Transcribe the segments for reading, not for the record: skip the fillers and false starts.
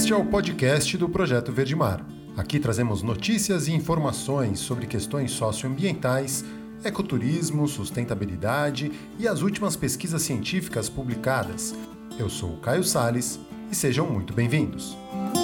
Este é o podcast do Projeto Verde Mar. Aqui trazemos notícias e informações sobre questões socioambientais, ecoturismo, sustentabilidade e as últimas pesquisas científicas publicadas. Eu sou o Caio Salles e sejam muito bem-vindos.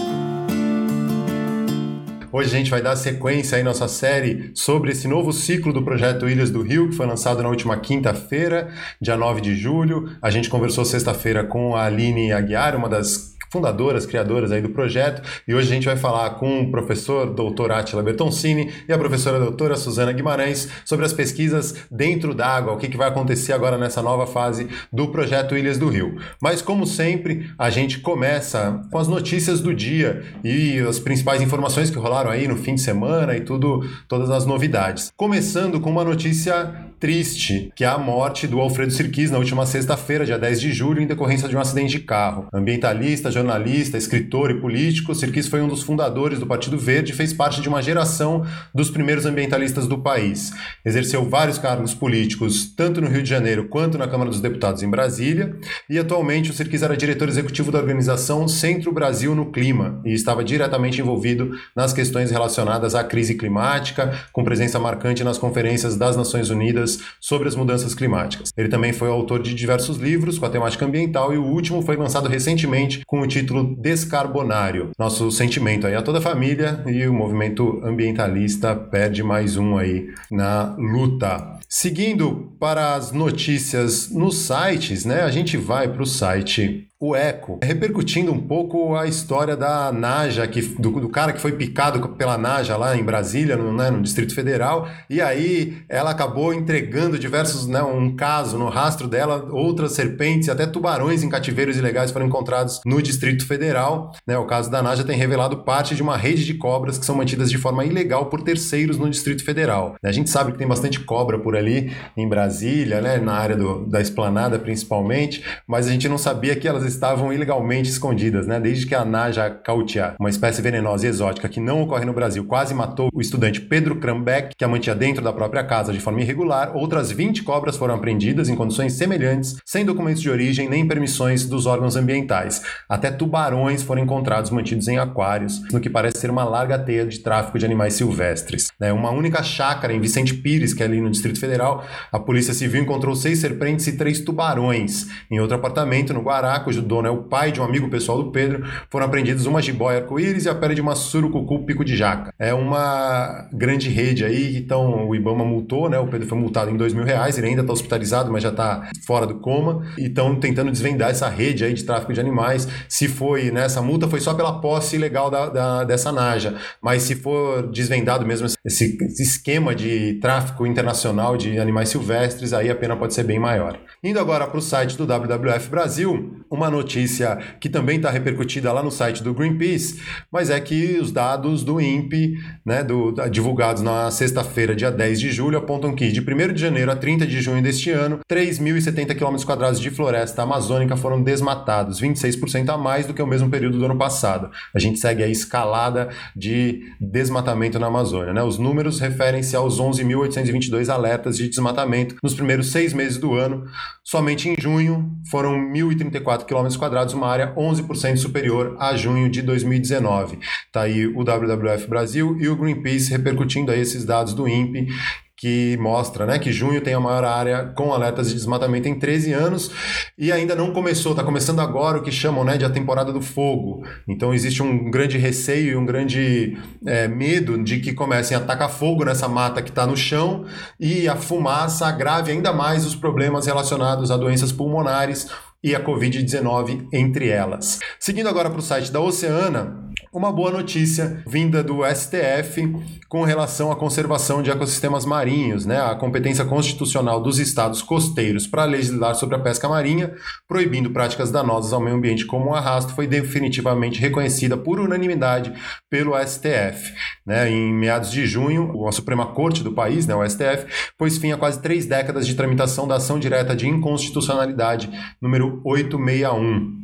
Hoje a gente vai dar sequência aí à nossa série sobre esse novo ciclo do Projeto Ilhas do Rio, que foi lançado na última quinta-feira, dia 9 de julho. A gente conversou sexta-feira com a Aline Aguiar, uma das fundadoras, criadoras aí do projeto, e hoje a gente vai falar com o professor Dr. Átila Bertoncini e a professora doutora Suzana Guimarães sobre as pesquisas dentro d'água, o que vai acontecer agora nessa nova fase do Projeto Ilhas do Rio. Mas, como sempre, a gente começa com as notícias do dia e as principais informações que rolaram aí no fim de semana e todas as novidades. Começando com uma notícia triste, que é a morte do Alfredo Sirquis na última sexta-feira, dia 10 de julho, em decorrência de um acidente de carro. Ambientalista, jornalista, escritor e político, Sirquis foi um dos fundadores do Partido Verde e fez parte de uma geração dos primeiros ambientalistas do país. Exerceu vários cargos políticos, tanto no Rio de Janeiro quanto na Câmara dos Deputados em Brasília, e atualmente o Sirquis era diretor executivo da organização Centro Brasil no Clima e estava diretamente envolvido nas questões relacionadas à crise climática, com presença marcante nas conferências das Nações Unidas sobre as mudanças climáticas. Ele também foi autor de diversos livros com a temática ambiental e o último foi lançado recentemente com o título Descarbonário. Nosso sentimento aí a toda a família, e o movimento ambientalista perde mais um aí na luta. Seguindo para as notícias nos sites, né? A gente vai para o site O Eco, repercutindo um pouco a história da Naja, do cara que foi picado pela Naja lá em Brasília, no Distrito Federal, e aí ela acabou entregando diversos, um caso no rastro dela, outras serpentes, até tubarões em cativeiros ilegais foram encontrados no Distrito Federal. O caso da Naja tem revelado parte de uma rede de cobras que são mantidas de forma ilegal por terceiros no Distrito Federal. A gente sabe que tem bastante cobra por ali em Brasília, na área da Esplanada principalmente, mas a gente não sabia que elas estavam ilegalmente escondidas, desde que a Naja cautia, uma espécie venenosa e exótica que não ocorre no Brasil, quase matou o estudante Pedro Krambeck, que a mantinha dentro da própria casa de forma irregular. Outras 20 cobras foram apreendidas em condições semelhantes, sem documentos de origem nem permissões dos órgãos ambientais. Até tubarões foram encontrados mantidos em aquários, no que parece ser uma larga teia de tráfico de animais silvestres. Uma única chácara em Vicente Pires, que é ali no Distrito Federal, a Polícia Civil encontrou 6 serpentes e 3 tubarões. Em outro apartamento, no Guará, cujo dono é o pai de um amigo pessoal do Pedro, foram apreendidos uma jiboia arco-íris e a pele de uma surucucu pico de jaca. É uma grande rede aí, então o Ibama multou, o Pedro foi multado em R$2.000, ele ainda está hospitalizado, mas já está fora do coma, e estão tentando desvendar essa rede aí de tráfico de animais. Se foi, essa multa foi só pela posse ilegal dessa Naja, mas se for desvendado mesmo esse esquema de tráfico internacional de animais silvestres, aí a pena pode ser bem maior. Indo agora para o site do WWF Brasil, uma notícia que também está repercutida lá no site do Greenpeace, mas é que os dados do INPE, divulgados na sexta-feira, dia 10 de julho, apontam que de 1º de janeiro a 30 de junho deste ano, 3.070 km² de floresta amazônica foram desmatados, 26% a mais do que o mesmo período do ano passado. A gente segue a escalada de desmatamento na Amazônia. Os números referem-se aos 11.822 alertas de desmatamento nos primeiros 6 meses do ano. Somente em junho foram 1.034 km², uma área 11% superior a junho de 2019. Está aí o WWF Brasil e o Greenpeace repercutindo aí esses dados do INPE, que mostra que junho tem a maior área com alertas de desmatamento em 13 anos e ainda não começou, está começando agora o que chamam de a temporada do fogo. Então existe um grande receio e um grande medo de que comecem a tacar fogo nessa mata que está no chão e a fumaça agrave ainda mais os problemas relacionados a doenças pulmonares e a Covid-19 entre elas. Seguindo agora para o site da Oceana, uma boa notícia vinda do STF com relação à conservação de ecossistemas marinhos, a competência constitucional dos estados costeiros para legislar sobre a pesca marinha, proibindo práticas danosas ao meio ambiente como o arrasto, foi definitivamente reconhecida por unanimidade pelo STF. Em meados de junho, a Suprema Corte do país, o STF, pôs fim a quase 3 décadas de tramitação da ação direta de inconstitucionalidade número 861.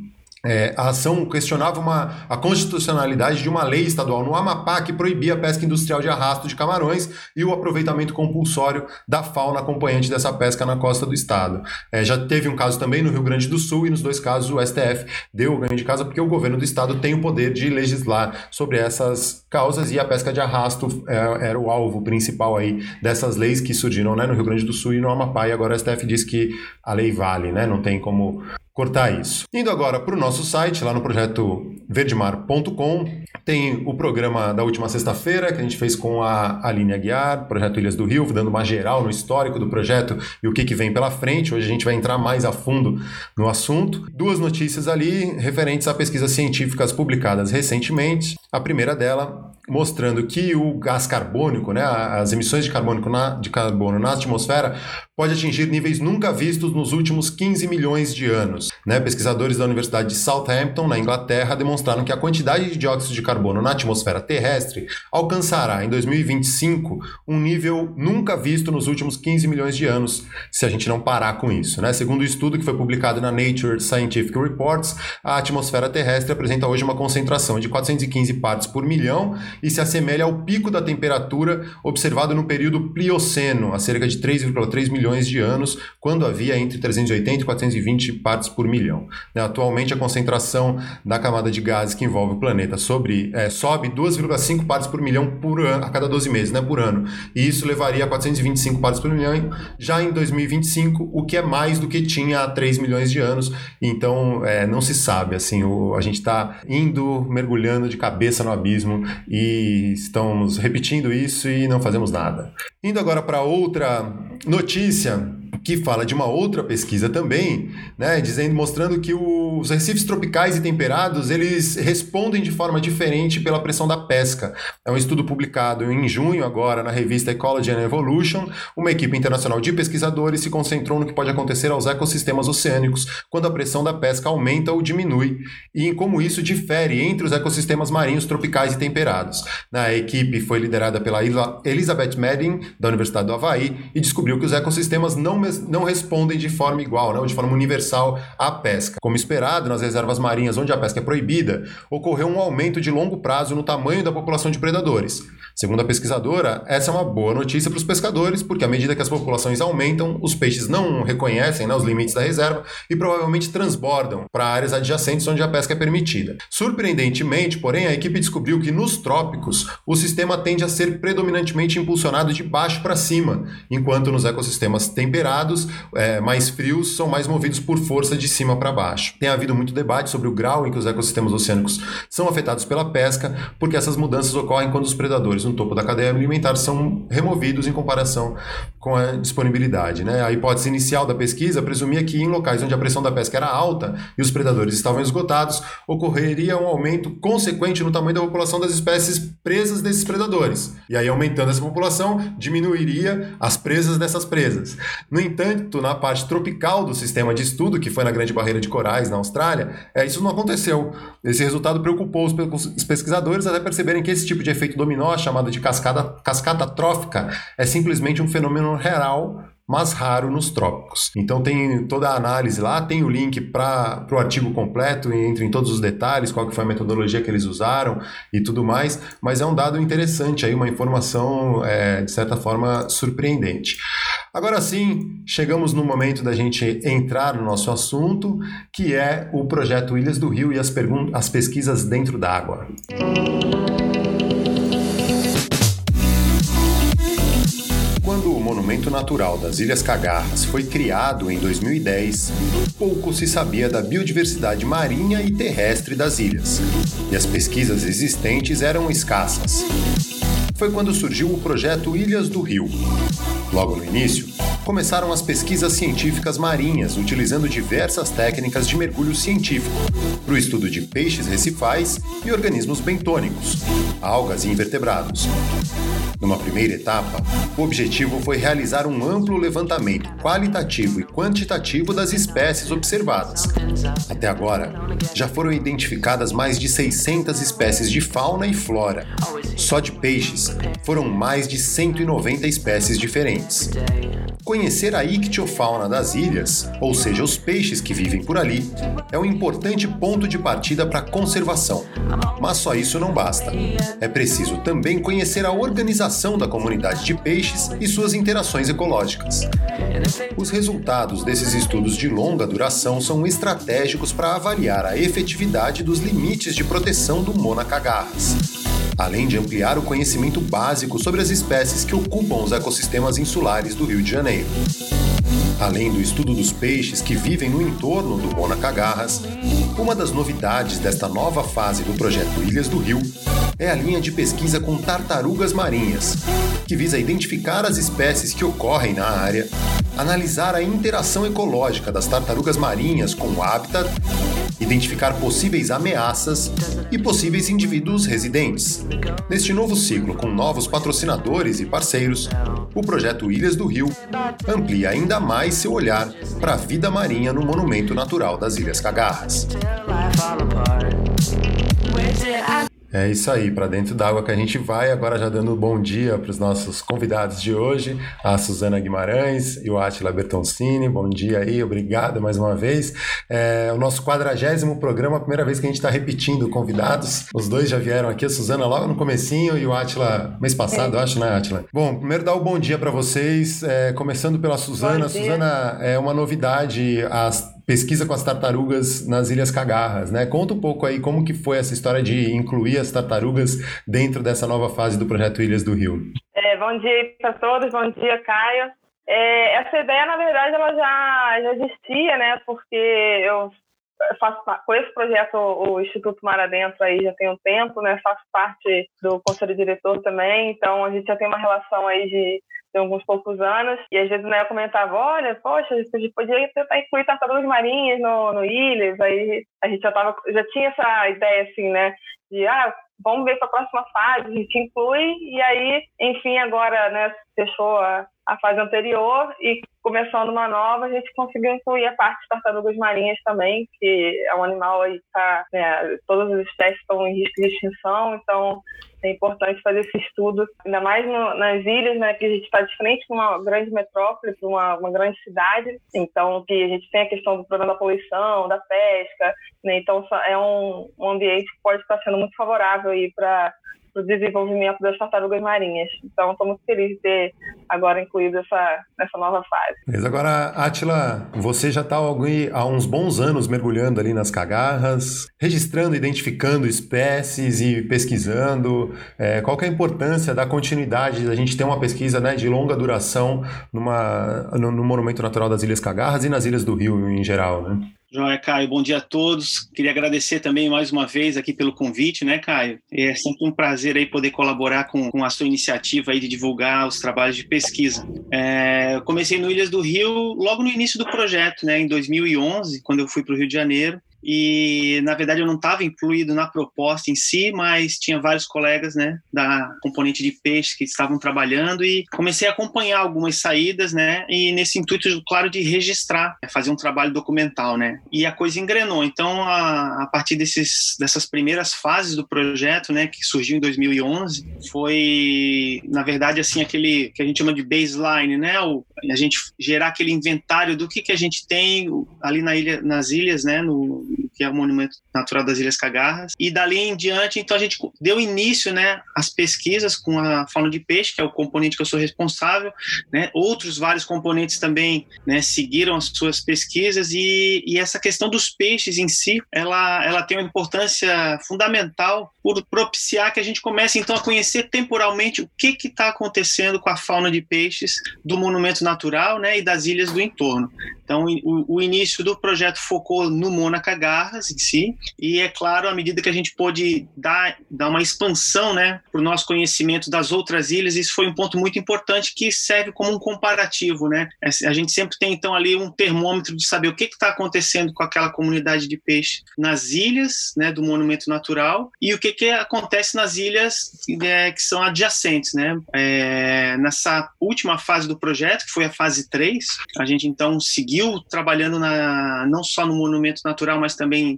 A ação questionava a constitucionalidade de uma lei estadual no Amapá que proibia a pesca industrial de arrasto de camarões e o aproveitamento compulsório da fauna acompanhante dessa pesca na costa do estado. Já teve um caso também no Rio Grande do Sul e nos dois casos o STF deu o ganho de causa porque o governo do estado tem o poder de legislar sobre essas causas e a pesca de arrasto era o alvo principal aí dessas leis que surgiram, né, no Rio Grande do Sul e no Amapá, e agora o STF diz que a lei vale, né, não tem como cortar isso. Indo agora para o nosso site, lá no projeto verdemar.com, tem o programa da última sexta-feira, que a gente fez com a Aline Aguiar, Projeto Ilhas do Rio, dando uma geral no histórico do projeto e o que vem pela frente. Hoje a gente vai entrar mais a fundo no assunto. Duas notícias ali referentes a pesquisas científicas publicadas recentemente. A primeira dela mostrando que o gás carbônico, né, as emissões de carbono na atmosfera, pode atingir níveis nunca vistos nos últimos 15 milhões de anos. Né? Pesquisadores da Universidade de Southampton, na Inglaterra, demonstraram que a quantidade de dióxido de carbono na atmosfera terrestre alcançará, em 2025, um nível nunca visto nos últimos 15 milhões de anos, se a gente não parar com isso. Né? Segundo o estudo que foi publicado na Nature Scientific Reports, a atmosfera terrestre apresenta hoje uma concentração de 415 partes por milhão e se assemelha ao pico da temperatura observado no período Plioceno, há cerca de 3,3 milhões de anos, quando havia entre 380 e 420 partes por milhão. Atualmente, a concentração da camada de gases que envolve o planeta sobe 2,5 partes por milhão por ano, a cada 12 meses, né, por ano. E isso levaria a 425 partes por milhão já em 2025, o que é mais do que tinha há 3 milhões de anos. Então, não se sabe. Assim, a gente está mergulhando de cabeça no abismo e estamos repetindo isso e não fazemos nada. Indo agora para outra notícia que fala de uma outra pesquisa também, né, mostrando que os recifes tropicais e temperados, eles respondem de forma diferente pela pressão da pesca. É um estudo publicado em junho agora na revista Ecology and Evolution. Uma equipe internacional de pesquisadores se concentrou no que pode acontecer aos ecossistemas oceânicos quando a pressão da pesca aumenta ou diminui e em como isso difere entre os ecossistemas marinhos tropicais e temperados. A equipe foi liderada pela Elizabeth Medin, da Universidade do Havaí, e descobriu que os ecossistemas não respondem de forma igual, né, ou de forma universal à pesca. Como esperado, nas reservas marinhas onde a pesca é proibida, ocorreu um aumento de longo prazo no tamanho da população de predadores. Segundo a pesquisadora, essa é uma boa notícia para os pescadores, porque à medida que as populações aumentam, os peixes não reconhecem, né, os limites da reserva e provavelmente transbordam para áreas adjacentes onde a pesca é permitida. Surpreendentemente, porém, a equipe descobriu que nos trópicos o sistema tende a ser predominantemente impulsionado de baixo para cima, enquanto nos ecossistemas temperados, mais frios, são mais movidos por força de cima para baixo. Tem havido muito debate sobre o grau em que os ecossistemas oceânicos são afetados pela pesca, porque essas mudanças ocorrem quando os predadores no topo da cadeia alimentar são removidos em comparação com a disponibilidade. Né? A hipótese inicial da pesquisa presumia que em locais onde a pressão da pesca era alta e os predadores estavam esgotados, ocorreria um aumento consequente no tamanho da população das espécies presas desses predadores. E aí, aumentando essa população, diminuiria as presas dessas presas. No entanto, na parte tropical do sistema de estudo, que foi na Grande Barreira de Corais, na Austrália, isso não aconteceu. Esse resultado preocupou os pesquisadores até perceberem que esse tipo de efeito dominó, chamado de cascata trófica, é simplesmente um fenômeno real, mas raro nos trópicos. Então tem toda a análise lá, tem o link para o artigo completo, e entra em todos os detalhes, qual que foi a metodologia que eles usaram e tudo mais, mas é um dado interessante, aí, uma informação de certa forma surpreendente. Agora sim, chegamos no momento da gente entrar no nosso assunto, que é o projeto Ilhas do Rio e as pesquisas dentro d'água. Quando o Monumento Natural das Ilhas Cagarras foi criado em 2010, pouco se sabia da biodiversidade marinha e terrestre das ilhas, e as pesquisas existentes eram escassas. Foi quando surgiu o projeto Ilhas do Rio. Logo no início, começaram as pesquisas científicas marinhas, utilizando diversas técnicas de mergulho científico para o estudo de peixes recifais e organismos bentônicos, algas e invertebrados. Numa primeira etapa, o objetivo foi realizar um amplo levantamento qualitativo e quantitativo das espécies observadas. Até agora, já foram identificadas mais de 600 espécies de fauna e flora. Só de peixes, foram mais de 190 espécies diferentes. Conhecer a ictiofauna das ilhas, ou seja, os peixes que vivem por ali, é um importante ponto de partida para a conservação. Mas só isso não basta. É preciso também conhecer a organização da comunidade de peixes e suas interações ecológicas. Os resultados desses estudos de longa duração são estratégicos para avaliar a efetividade dos limites de proteção do Monacagarras, além de ampliar o conhecimento básico sobre as espécies que ocupam os ecossistemas insulares do Rio de Janeiro. Além do estudo dos peixes que vivem no entorno do Monacagarras, uma das novidades desta nova fase do projeto Ilhas do Rio é a linha de pesquisa com tartarugas marinhas, que visa identificar as espécies que ocorrem na área, analisar a interação ecológica das tartarugas marinhas com o hábitat, identificar possíveis ameaças e possíveis indivíduos residentes. Neste novo ciclo, com novos patrocinadores e parceiros, o projeto Ilhas do Rio amplia ainda mais seu olhar para a vida marinha no Monumento Natural das Ilhas Cagarras. É isso aí, para dentro d'água que a gente vai, agora já dando bom dia para os nossos convidados de hoje, a Suzana Guimarães e o Átila Bertoncini. Bom dia aí, obrigado mais uma vez. É o nosso 40º programa, a primeira vez que a gente está repetindo convidados. Os dois já vieram aqui, a Suzana logo no comecinho e o Átila mês passado, acho, né, Átila? Bom, primeiro dar o bom dia para vocês, começando pela Suzana. Suzana, é uma novidade pesquisa com as tartarugas nas Ilhas Cagarras, né? Conta um pouco aí como que foi essa história de incluir as tartarugas dentro dessa nova fase do projeto Ilhas do Rio. Bom dia para todos, bom dia, Caio. Essa ideia, na verdade, ela já existia, né? Porque eu com esse projeto, o Instituto Mar Adentro aí já tem um tempo, né? Faço parte do conselho diretor também, então a gente já tem uma relação aí de alguns poucos anos, e às vezes, né, eu comentava, olha, poxa, a gente podia tentar incluir tartarugas marinhas no Ilhas, aí a gente já tinha essa ideia, assim, né, de, vamos ver para a próxima fase, a gente inclui, e aí, enfim, agora, né, fechou a fase anterior e começando uma nova, a gente conseguiu incluir a parte de tartarugas marinhas também, que é um animal aí que tá, né, todas as espécies estão em risco de extinção, então é importante fazer esse estudo, ainda mais nas ilhas, né, que a gente está de frente com uma grande metrópole, para uma grande cidade, então que a gente tem a questão do problema da poluição, da pesca, né, então é um ambiente que pode estar sendo muito favorável aí para o desenvolvimento das tartarugas marinhas. Então, estou muito feliz de ter agora incluído nessa nova fase. Mas agora, Átila, você já está há uns bons anos mergulhando ali nas Cagarras, registrando, identificando espécies e pesquisando. Qual que é a importância da continuidade da gente ter uma pesquisa, né, de longa duração no Monumento Natural das Ilhas Cagarras e nas Ilhas do Rio em geral, né? Joia, Caio, bom dia a todos. Queria agradecer também mais uma vez aqui pelo convite, né, Caio? É sempre um prazer aí poder colaborar com a sua iniciativa aí de divulgar os trabalhos de pesquisa. Eu comecei no Ilhas do Rio logo no início do projeto, né, em 2011, quando eu fui para o Rio de Janeiro. E, na verdade, eu não estava incluído na proposta em si, mas tinha vários colegas, né, da componente de peixe que estavam trabalhando e comecei a acompanhar algumas saídas, né, e nesse intuito, claro, de registrar, fazer um trabalho documental, né, e a coisa engrenou. Então, a partir dessas primeiras fases do projeto, né, que surgiu em 2011, foi, na verdade, assim, aquele que a gente chama de baseline, né, a gente gerar aquele inventário do que a gente tem ali nas ilhas, né, que é o Monumento Natural das Ilhas Cagarras, e dali em diante, então a gente deu início, né, às pesquisas com a fauna de peixe, que é o componente que eu sou responsável, né, outros vários componentes também, né, seguiram as suas pesquisas, e essa questão dos peixes em si, ela tem uma importância fundamental por propiciar que a gente comece então a conhecer temporalmente o que está acontecendo com a fauna de peixes do Monumento Natural, né, e das ilhas do entorno. Então, o início do projeto focou no Monacagarras em si, e é claro, à medida que a gente pôde dar uma expansão, né, para o nosso conhecimento das outras ilhas, isso foi um ponto muito importante que serve como um comparativo, né? A gente sempre tem, então, ali um termômetro de saber o que está acontecendo com aquela comunidade de peixe nas ilhas, né, do Monumento Natural, e o que acontece nas ilhas que são adjacentes, né? Nessa última fase do projeto, que foi a fase 3, a gente, então, seguiu trabalhando não só no Monumento Natural, mas também também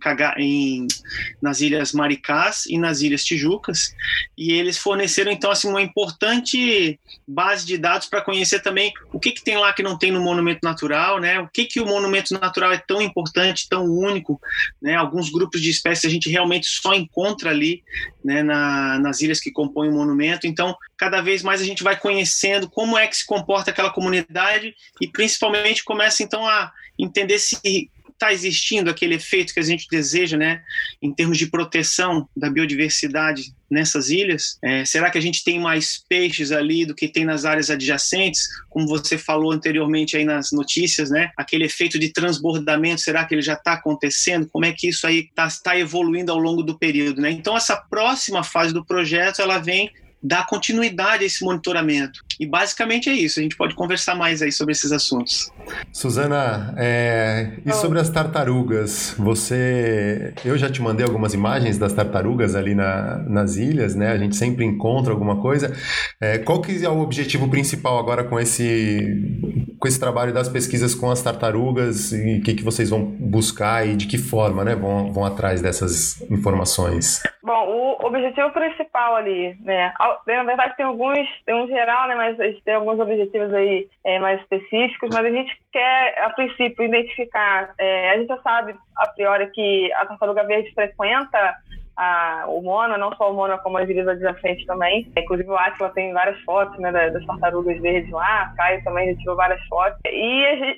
nas Ilhas Maricás e nas Ilhas Tijucas, e eles forneceram então assim uma importante base de dados para conhecer também o que tem lá que não tem no monumento natural, né? O que o monumento natural é tão importante, tão único, né? Alguns grupos de espécies a gente realmente só encontra ali, né, nas ilhas que compõem o monumento. Então, cada vez mais a gente vai conhecendo como é que se comporta aquela comunidade e principalmente começa então a entender se está existindo aquele efeito que a gente deseja, né, em termos de proteção da biodiversidade nessas ilhas. Será que a gente tem mais peixes ali do que tem nas áreas adjacentes? Como você falou anteriormente aí nas notícias, né, aquele efeito de transbordamento, será que ele já está acontecendo? Como é que isso aí está evoluindo ao longo do período, né? Então, essa próxima fase do projeto, ela vem dar continuidade a esse monitoramento. E basicamente é isso, a gente pode conversar mais aí sobre esses assuntos. Suzana, e sobre as tartarugas? Eu já te mandei algumas imagens das tartarugas ali nas ilhas, né? A gente sempre encontra alguma coisa. Qual que é o objetivo principal agora com esse trabalho das pesquisas com as tartarugas e o que vocês vão buscar e de que forma, né, vão atrás dessas informações? Bom, o objetivo principal ali, né, na verdade tem um geral, né, mas a gente tem alguns objetivos aí mais específicos, mas a gente quer, a princípio, identificar, a gente já sabe, a priori, que a tartaruga verde frequenta o Mona, não só o Mona, como as ilhas adjacentes também. Inclusive o Átila tem várias fotos, né, das tartarugas verdes lá, Caio também já tirou várias fotos. E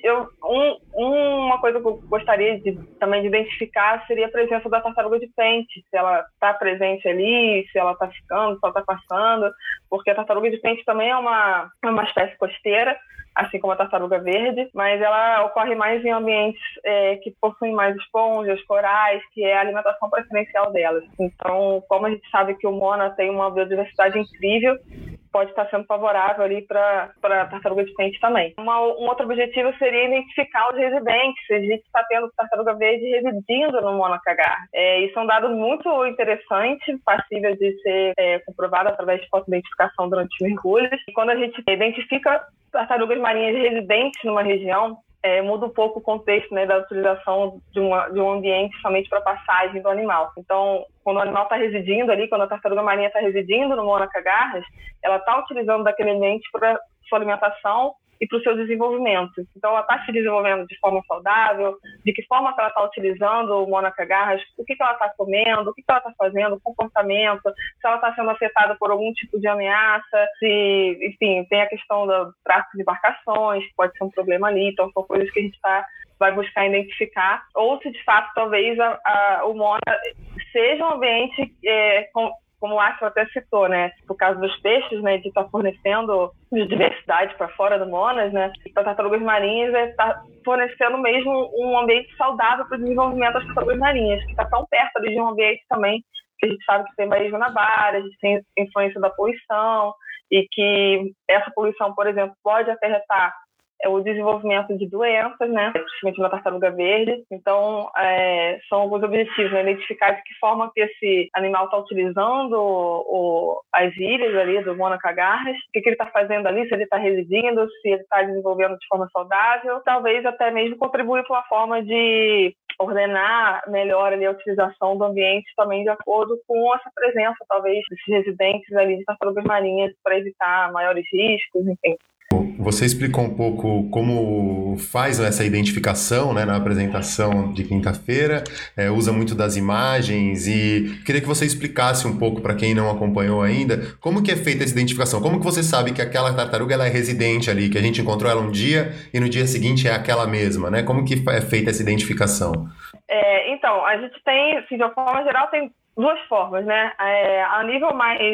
uma coisa que eu gostaria também de identificar seria a presença da tartaruga de pente, se ela está presente ali, se ela está ficando, se ela está passando, porque a tartaruga de pente também é uma espécie costeira, assim como a tartaruga verde, mas ela ocorre mais em ambientes que possuem mais esponjas, corais, que é a alimentação preferencial delas. Então, como a gente sabe que o Mona tem uma biodiversidade incrível, pode estar sendo favorável ali para a tartaruga de pente também. Um outro objetivo seria identificar os residentes. A gente está tendo tartaruga verde residindo no Mona Cagar. Isso é um dado muito interessante, passível de ser comprovado através de fotoidentificação durante os mergulhos. E quando a gente identifica tartarugas marinhas residentes numa região, muda um pouco o contexto, né, da utilização de um ambiente somente para passagem do animal. Então, quando o animal está residindo ali, quando a tartaruga marinha está residindo no Mona Cagarras, ela está utilizando daquele ambiente para sua alimentação e para o seu desenvolvimento. Então, ela está se desenvolvendo de forma saudável, de que forma que ela está utilizando o Mona Cagarras, o que ela está comendo, o que ela está fazendo, o comportamento, se ela está sendo afetada por algum tipo de ameaça, se, enfim, tem a questão do tráfico de embarcações, que pode ser um problema ali. Então, são coisas que a gente vai buscar identificar, ou se de fato talvez o Mona seja um ambiente como o Átila até citou, né? Por causa dos peixes, né? De estar fornecendo biodiversidade para fora do Monas, né? E para tartarugas marinhas está fornecendo mesmo um ambiente saudável para o desenvolvimento das tartarugas marinhas, que está tão perto ali de um ambiente também que a gente sabe que tem Baía de Guanabara, a gente tem influência da poluição e que essa poluição, por exemplo, pode acarretar o desenvolvimento de doenças, né, principalmente na tartaruga verde. Então, são alguns objetivos, né, identificar de que forma que esse animal está utilizando as ilhas ali do Mona Cagarras, o que ele está fazendo ali, se ele está residindo, se ele está desenvolvendo de forma saudável, talvez até mesmo contribuir para uma forma de ordenar melhor ali a utilização do ambiente também de acordo com essa presença, talvez, desses residentes ali de tartarugas marinhas para evitar maiores riscos, enfim. Você explicou um pouco como faz essa identificação, né, na apresentação de quinta-feira, usa muito das imagens e queria que você explicasse um pouco para quem não acompanhou ainda, como que é feita essa identificação, como que você sabe que aquela tartaruga ela é residente ali, que a gente encontrou ela um dia e no dia seguinte é aquela mesma, né? Como que é feita essa identificação? Então, a gente tem, assim, de uma forma geral, tem duas formas, né? A nível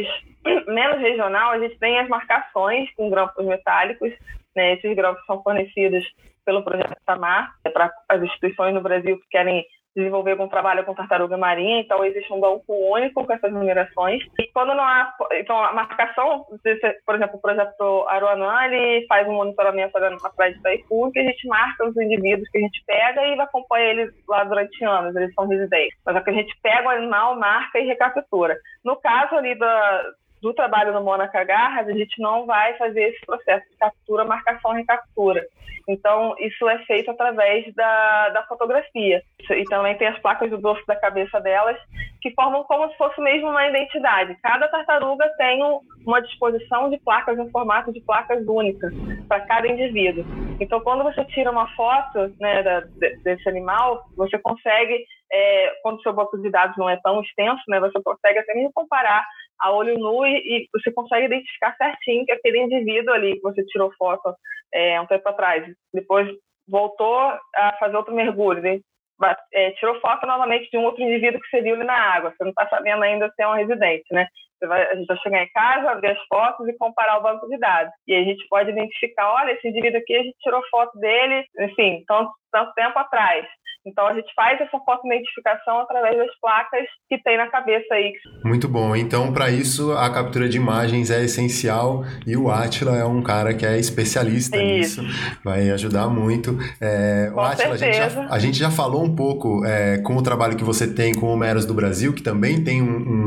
menos regional, a gente tem as marcações com grampos metálicos, né? Esses grampos são fornecidos pelo Projeto Tamar, para as instituições no Brasil que querem desenvolver algum trabalho com tartaruga marinha, então existe um banco único com essas numerações. E quando não há, então a marcação, por exemplo, o projeto Aruanã, ele faz um monitoramento na praia de Itaipu, que a gente marca os indivíduos que a gente pega e acompanha eles lá durante anos, eles são residentes. Mas é que a gente pega o animal, marca e recaptura. No caso ali do trabalho no Monaco Garras, a gente não vai fazer esse processo de captura, marcação e recaptura. Então, isso é feito através da fotografia. E também tem as placas do dorso da cabeça delas, que formam como se fosse mesmo uma identidade. Cada tartaruga tem uma disposição de placas, um formato de placas únicas para cada indivíduo. Então, quando você tira uma foto, né, desse animal, você consegue, quando o seu banco de dados não é tão extenso, né, você consegue até mesmo comparar a olho nu e você consegue identificar certinho que aquele indivíduo ali que você tirou foto um tempo atrás, depois voltou a fazer outro mergulho, né? Tirou foto novamente de um outro indivíduo que você viu ali na água. Você não está sabendo ainda se é um residente, né? A gente vai chegar em casa, ver as fotos e comparar o banco de dados. E aí a gente pode identificar, olha, esse indivíduo aqui, a gente tirou foto dele, enfim, tanto tempo atrás. Então, a gente faz essa foto-identificação através das placas que tem na cabeça aí. Muito bom. Então, para isso, a captura de imagens é essencial e o Átila é um cara que é especialista nisso. Vai ajudar muito. Com Átila, a gente já falou um pouco com o trabalho que você tem com o Meros do Brasil, que também tem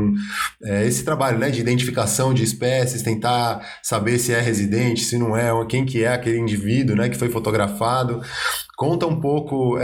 esse trabalho, né, de identificação de espécies, tentar saber se é residente, se não é, quem que é aquele indivíduo, né, que foi fotografado. Conta um pouco,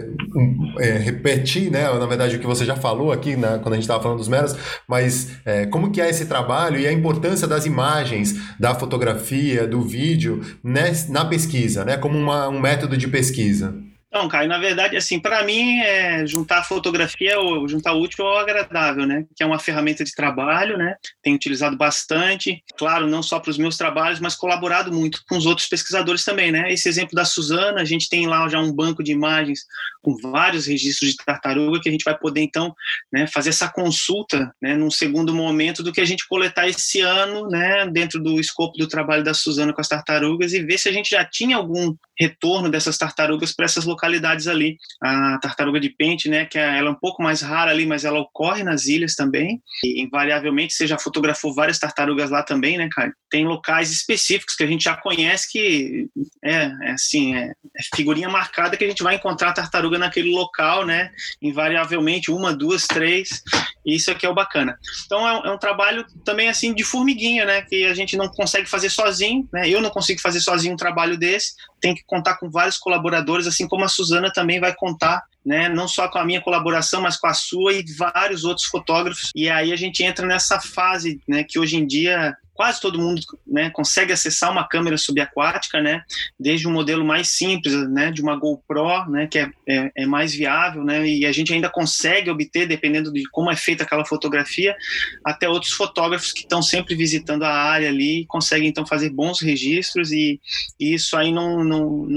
repetir, né, na verdade, o que você já falou aqui, né, quando a gente estava falando dos Meros, mas como que é esse trabalho e a importância das imagens, da fotografia, do vídeo, né, na pesquisa, né, como um método de pesquisa. Então, Caio, na verdade, assim, para mim, juntar a fotografia, ou juntar o útil ao agradável, né? Que é uma ferramenta de trabalho, né? Tenho utilizado bastante, claro, não só para os meus trabalhos, mas colaborado muito com os outros pesquisadores também, né? Esse exemplo da Suzana, a gente tem lá já um banco de imagens com vários registros de tartaruga que a gente vai poder, então, né, fazer essa consulta, né, num segundo momento do que a gente coletar esse ano, né, dentro do escopo do trabalho da Suzana com as tartarugas e ver se a gente já tinha algum retorno dessas tartarugas para essas localidades ali. A tartaruga de pente, né, que ela é um pouco mais rara ali, mas ela ocorre nas ilhas também, e invariavelmente você já fotografou várias tartarugas lá também, né, Caio? Tem locais específicos que a gente já conhece que é figurinha marcada que a gente vai encontrar a tartaruga naquele local, né, invariavelmente 1, 2, 3, e isso aqui é o bacana. Então é um trabalho também assim de formiguinha, né, que a gente não consegue fazer sozinho, né, eu não consigo fazer sozinho um trabalho desse, tem que contar com vários colaboradores, assim como a Suzana também vai contar, né, não só com a minha colaboração, mas com a sua e vários outros fotógrafos. E aí a gente entra nessa fase, né, que hoje em dia quase todo mundo, né, consegue acessar uma câmera subaquática, né, desde um modelo mais simples, né, de uma GoPro, né, que é mais viável, né, e a gente ainda consegue obter, dependendo de como é feita aquela fotografia, até outros fotógrafos que estão sempre visitando a área ali, conseguem então fazer bons registros e isso aí não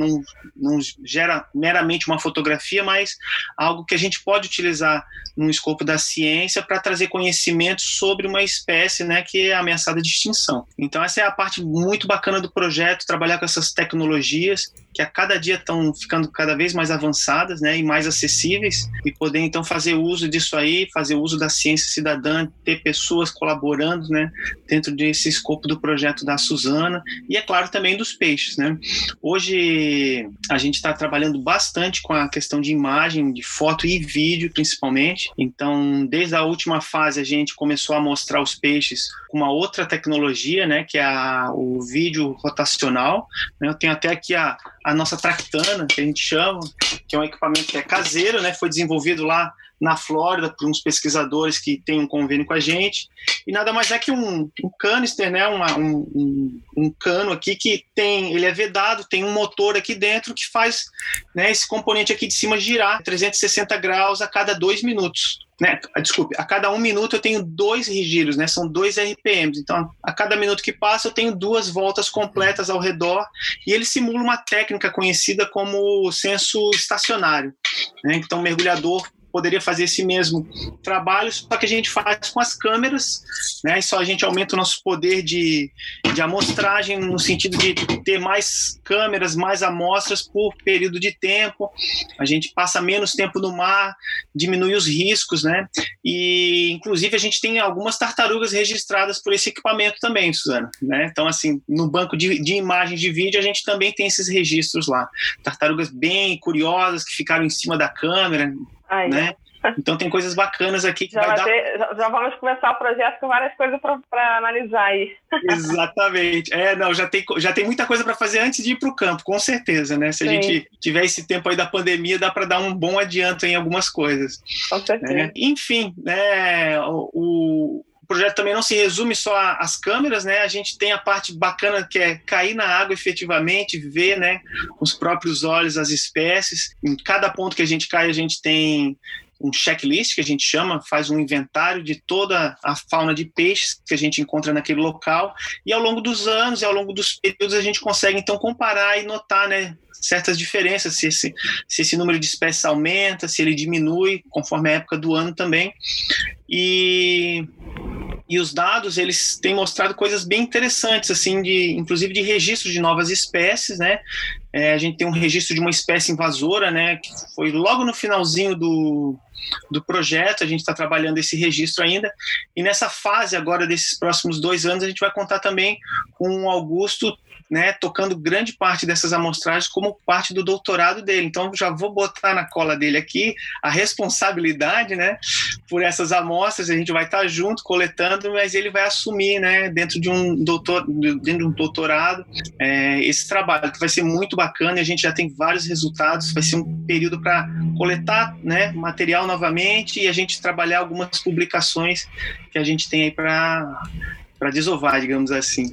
gera meramente uma fotografia, mas algo que a gente pode utilizar no escopo da ciência para trazer conhecimento sobre uma espécie, né, que é ameaçada de extinção. Então essa é a parte muito bacana do projeto, trabalhar com essas tecnologias que a cada dia estão ficando cada vez mais avançadas, né, e mais acessíveis, e poder então fazer uso disso aí, fazer uso da ciência cidadã, ter pessoas colaborando, né, dentro desse escopo do projeto da Suzana, e é claro também dos peixes, né. Hoje a gente está trabalhando bastante com a questão de imagem, de foto e vídeo principalmente, então desde a última fase a gente começou a mostrar os peixes com uma outra tecnologia, né, que é o vídeo rotacional, né. Eu tenho até aqui a nossa Tractana, que a gente chama, que é um equipamento que é caseiro, né, foi desenvolvido lá na Flórida por uns pesquisadores que têm um convênio com a gente, e nada mais é que um canister, né, um cano aqui que ele é vedado, tem um motor aqui dentro que faz, né, esse componente aqui de cima girar 360 graus a cada 2 minutos. Né, desculpe, a cada 1 minuto eu tenho 2 giros, né, são 2 RPMs, então a cada minuto que passa eu tenho 2 voltas completas ao redor e ele simula uma técnica conhecida como senso estacionário, né, então o mergulhador poderia fazer esse mesmo trabalho, só que a gente faz com as câmeras, né? E só a gente aumenta o nosso poder de amostragem no sentido de ter mais câmeras, mais amostras por período de tempo, a gente passa menos tempo no mar, diminui os riscos, né? E inclusive a gente tem algumas tartarugas registradas por esse equipamento também, Suzana, né? Então assim, no banco de imagens de vídeo a gente também tem esses registros lá, tartarugas bem curiosas que ficaram em cima da câmera, né? Então tem coisas bacanas aqui que já vamos começar o projeto com várias coisas para analisar aí. Exatamente. Já tem muita coisa para fazer antes de ir para o campo, com certeza, né? Se a gente tiver esse tempo aí da pandemia, dá para dar um bom adianto em algumas coisas. Com certeza. Né? Enfim, né, o projeto também não se resume só às câmeras, né? A gente tem a parte bacana que é cair na água efetivamente, ver, né, com os próprios olhos as espécies. Em cada ponto que a gente cai, a gente tem um checklist, que a gente chama, faz um inventário de toda a fauna de peixes que a gente encontra naquele local, e ao longo dos anos e ao longo dos períodos a gente consegue então comparar e notar, né, certas diferenças, se esse número de espécies aumenta, se ele diminui conforme a época do ano também. E os dados, eles têm mostrado coisas bem interessantes, assim, inclusive de registro de novas espécies, né? A gente tem um registro de uma espécie invasora, né? Que foi logo no finalzinho do projeto, a gente está trabalhando esse registro ainda. E nessa fase agora, desses próximos 2 anos, a gente vai contar também com o Augusto, né, tocando grande parte dessas amostragens como parte do doutorado dele. Então, já vou botar na cola dele aqui a responsabilidade, né, por essas amostras. A gente vai estar junto coletando, mas ele vai assumir, né, dentro de um doutorado, esse trabalho, que vai ser muito bacana, e a gente já tem vários resultados. Vai ser um período para coletar, né, material novamente, e a gente trabalhar algumas publicações que a gente tem aí para desovar, digamos assim.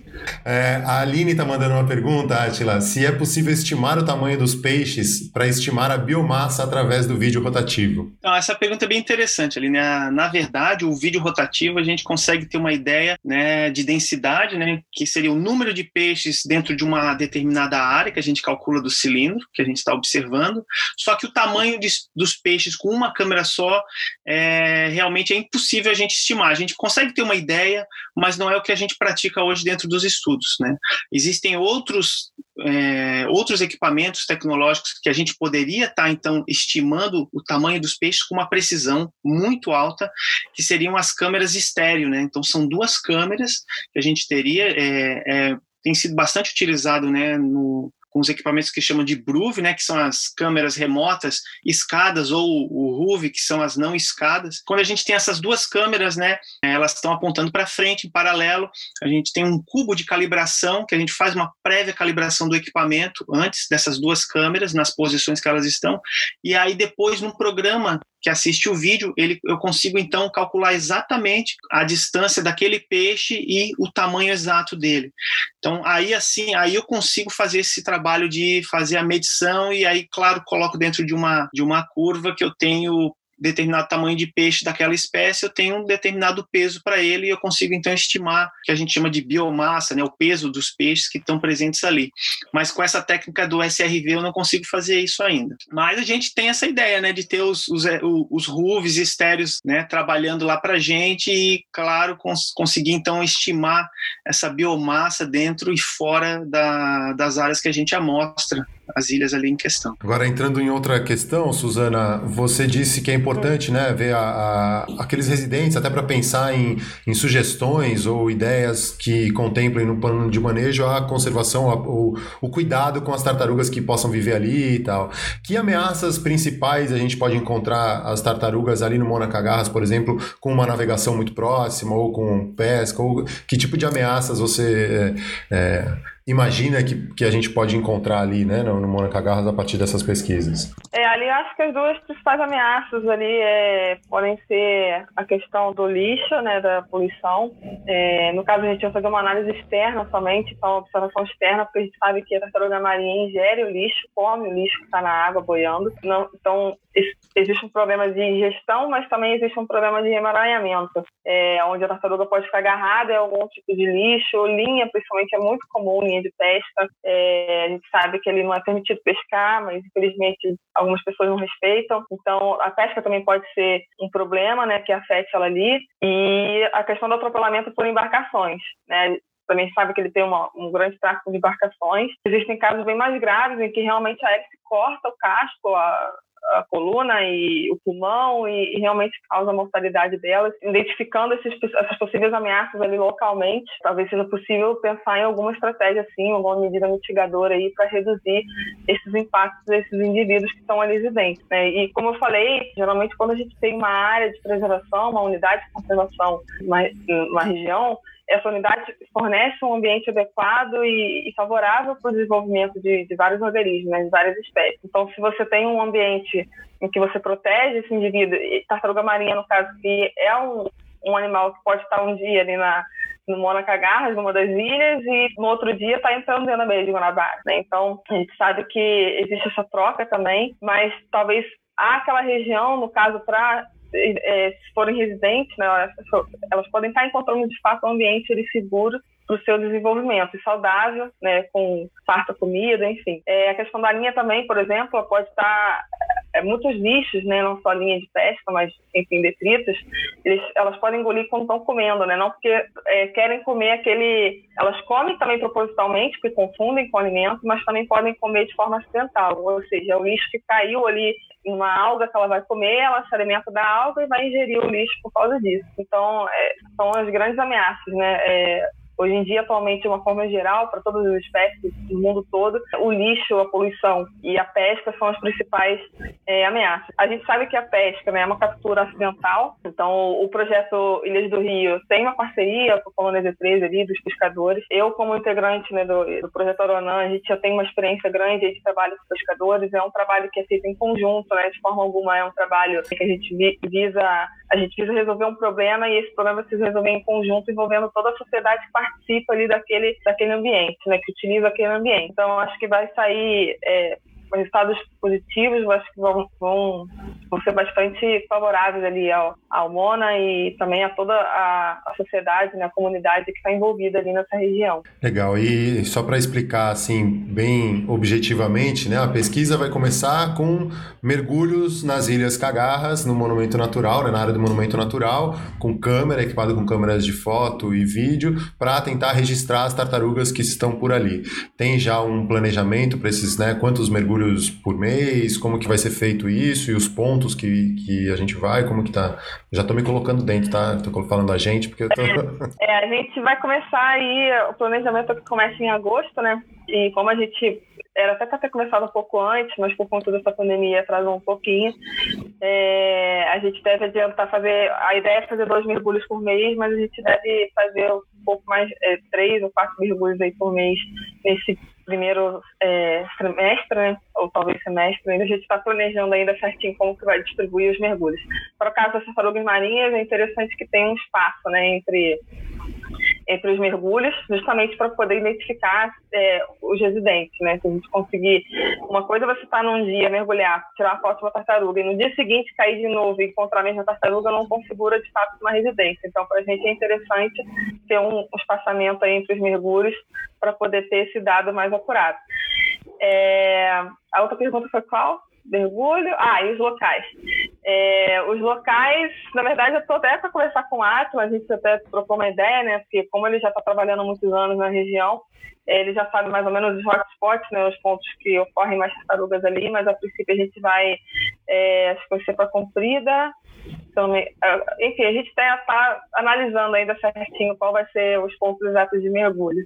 A Aline está mandando uma pergunta, Átila, se é possível estimar o tamanho dos peixes para estimar a biomassa através do vídeo rotativo. Então, essa pergunta é bem interessante, Aline. Na verdade, o vídeo rotativo, a gente consegue ter uma ideia, né, de densidade, né, que seria o número de peixes dentro de uma determinada área, que a gente calcula do cilindro, que a gente está observando, só que o tamanho dos peixes com uma câmera só, realmente é impossível a gente estimar. A gente consegue ter uma ideia, mas não é o que a gente pratica hoje dentro dos estudos, né? Existem outros equipamentos tecnológicos que a gente poderia estar, então, estimando o tamanho dos peixes com uma precisão muito alta, que seriam as câmeras estéreo, né? Então, são 2 câmeras que a gente teria, tem sido bastante utilizado, né, com os equipamentos que chamam de BRUV, né, que são as câmeras remotas escadas, ou o RUV, que são as não escadas. Quando a gente tem essas 2 câmeras, né, elas estão apontando para frente, em paralelo, a gente tem um cubo de calibração, que a gente faz uma prévia calibração do equipamento antes dessas 2 câmeras, nas posições que elas estão, e aí depois, num programa que assiste o vídeo, eu consigo então calcular exatamente a distância daquele peixe e o tamanho exato dele. Então, aí eu consigo fazer esse trabalho de fazer a medição, e aí, claro, coloco dentro de uma curva que eu tenho determinado tamanho de peixe daquela espécie, eu tenho um determinado peso para ele, e eu consigo então estimar, que a gente chama de biomassa, né, o peso dos peixes que estão presentes ali. Mas com essa técnica do SRV eu não consigo fazer isso ainda. Mas a gente tem essa ideia, né, de ter os RUVs estéreos, né, trabalhando lá para a gente, e, claro, conseguir então estimar essa biomassa dentro e fora das áreas que a gente amostra, as ilhas ali em questão. Agora, entrando em outra questão, Suzana, você disse que é importante, né, ver aqueles residentes, até para pensar em sugestões ou ideias que contemplem no plano de manejo a conservação, o cuidado com as tartarugas que possam viver ali e tal. Que ameaças principais a gente pode encontrar as tartarugas ali no Monacagarras, por exemplo, com uma navegação muito próxima, ou com pesca, ou que tipo de ameaças você imagina que a gente pode encontrar ali, né, no Monacagarras a partir dessas pesquisas? Ali eu acho que as 2 principais ameaças ali podem ser a questão do lixo, né, da poluição. No caso, a gente vai fazer uma análise externa somente, então uma observação externa, porque a gente sabe que a tartaruga marinha ingere o lixo, come o lixo que está na água boiando. Então, existe um problema de gestão, mas também existe um problema de emaranhamento, onde a tartaruga pode ficar agarrada em algum tipo de lixo, ou linha, principalmente, é muito comum, linha de pesca. A gente sabe que ele não é permitido pescar, mas infelizmente algumas pessoas não respeitam. Então, a pesca também pode ser um problema, né, que afete ela ali. E a questão do atropelamento por embarcações, né? Também sabe que ele tem um grande tráfego de embarcações. Existem casos bem mais graves em que realmente a hélice corta o casco, a coluna e o pulmão e realmente causa a mortalidade delas. Identificando essas possíveis ameaças ali localmente, talvez seja possível pensar em alguma estratégia assim, alguma medida mitigadora aí para reduzir esses impactos desses indivíduos que estão ali residentes, né? E como eu falei, geralmente quando a gente tem uma área de preservação, uma unidade de conservação numa região, essa unidade fornece um ambiente adequado e favorável para o desenvolvimento de vários organismos, né, de várias espécies. Então, se você tem um ambiente em que você protege esse indivíduo, e tartaruga marinha, no caso, que é um animal que pode estar um dia ali no Monacagarras, numa das ilhas, e no outro dia está entrando dentro da Baía de Guanabara, né? Então, a gente sabe que existe essa troca também, mas talvez aquela região, no caso, se forem residentes, né, elas podem estar encontrando de fato um ambiente seguro para o seu desenvolvimento e saudável, né, com farta comida, enfim. A questão da linha também, por exemplo, ela pode estar muitos lixos, né, não só linha de pesca, mas enfim, detritos, elas podem engolir quando estão comendo, né, não porque querem comer aquele. Elas comem também propositalmente, porque confundem com alimento, mas também podem comer de forma acidental, ou seja, o lixo que caiu ali em uma alga que ela vai comer, ela se alimenta da alga e vai ingerir o lixo por causa disso. Então, são as grandes ameaças, né? Hoje em dia, atualmente, de uma forma geral, para todas as espécies do mundo todo, o lixo, a poluição e a pesca são as principais ameaças. A gente sabe que a pesca, né, é uma captura acidental, então o projeto Ilhas do Rio tem uma parceria com a Colônia Z13 ali, dos pescadores. Eu, como integrante, né, do projeto Aronã, a gente já tem uma experiência grande de trabalho com pescadores, é um trabalho que é feito em conjunto, né, de forma alguma é um trabalho que a gente visa resolver um problema e esse problema precisa resolver em conjunto, envolvendo toda a sociedade que participa ali daquele ambiente, né, que utiliza aquele ambiente. Então, acho que vai sair resultados positivos, eu acho que vão ser bastante favoráveis ali ao Mona e também a toda a sociedade, né, a comunidade que está envolvida ali nessa região. Legal, e só para explicar assim, bem objetivamente, né, a pesquisa vai começar com mergulhos nas Ilhas Cagarras, no Monumento Natural, né, na área do Monumento Natural, com câmera, equipada com câmeras de foto e vídeo, para tentar registrar as tartarugas que estão por ali. Tem já um planejamento para esses, né, quantos mergulhos por mês, como que vai ser feito isso e os pontos que a gente vai, como que tá? Já tô me colocando dentro, tá? Tô falando a gente, porque eu tô... A gente vai começar aí, o planejamento que começa em agosto, né? E como a gente era até para ter começado um pouco antes, mas por conta dessa pandemia atrasou um pouquinho, a gente deve adiantar a ideia é fazer 2 mergulhos por mês, mas a gente deve fazer um pouco mais, 3 ou 4 mergulhos aí por mês nesse primeiro trimestre, né? Ou talvez semestre. A gente está planejando ainda certinho como que vai distribuir os mergulhos. Para o caso das tartarugas marinhas, é interessante que tenha um espaço, né, entre os mergulhos, justamente para poder identificar os residentes, né? Se a gente conseguir... Uma coisa é você estar num dia, mergulhar, tirar a foto de uma tartaruga, e no dia seguinte cair de novo e encontrar a mesma tartaruga, não configura, de fato, uma residência. Então, para a gente é interessante ter um espaçamento aí entre os mergulhos para poder ter esse dado mais acurado. A outra pergunta foi qual? Mergulho? E os locais. Os locais, na verdade, eu estou até para conversar com o Átila, a gente até trocou uma ideia, né? Porque como ele já está trabalhando há muitos anos na região, ele já sabe mais ou menos os hotspots, né? Os pontos que ocorrem mais tartarugas ali, mas a princípio a gente vai, acho que vai ser para Comprida. Então, enfim, a gente está analisando ainda certinho qual vai ser os pontos exatos de mergulho.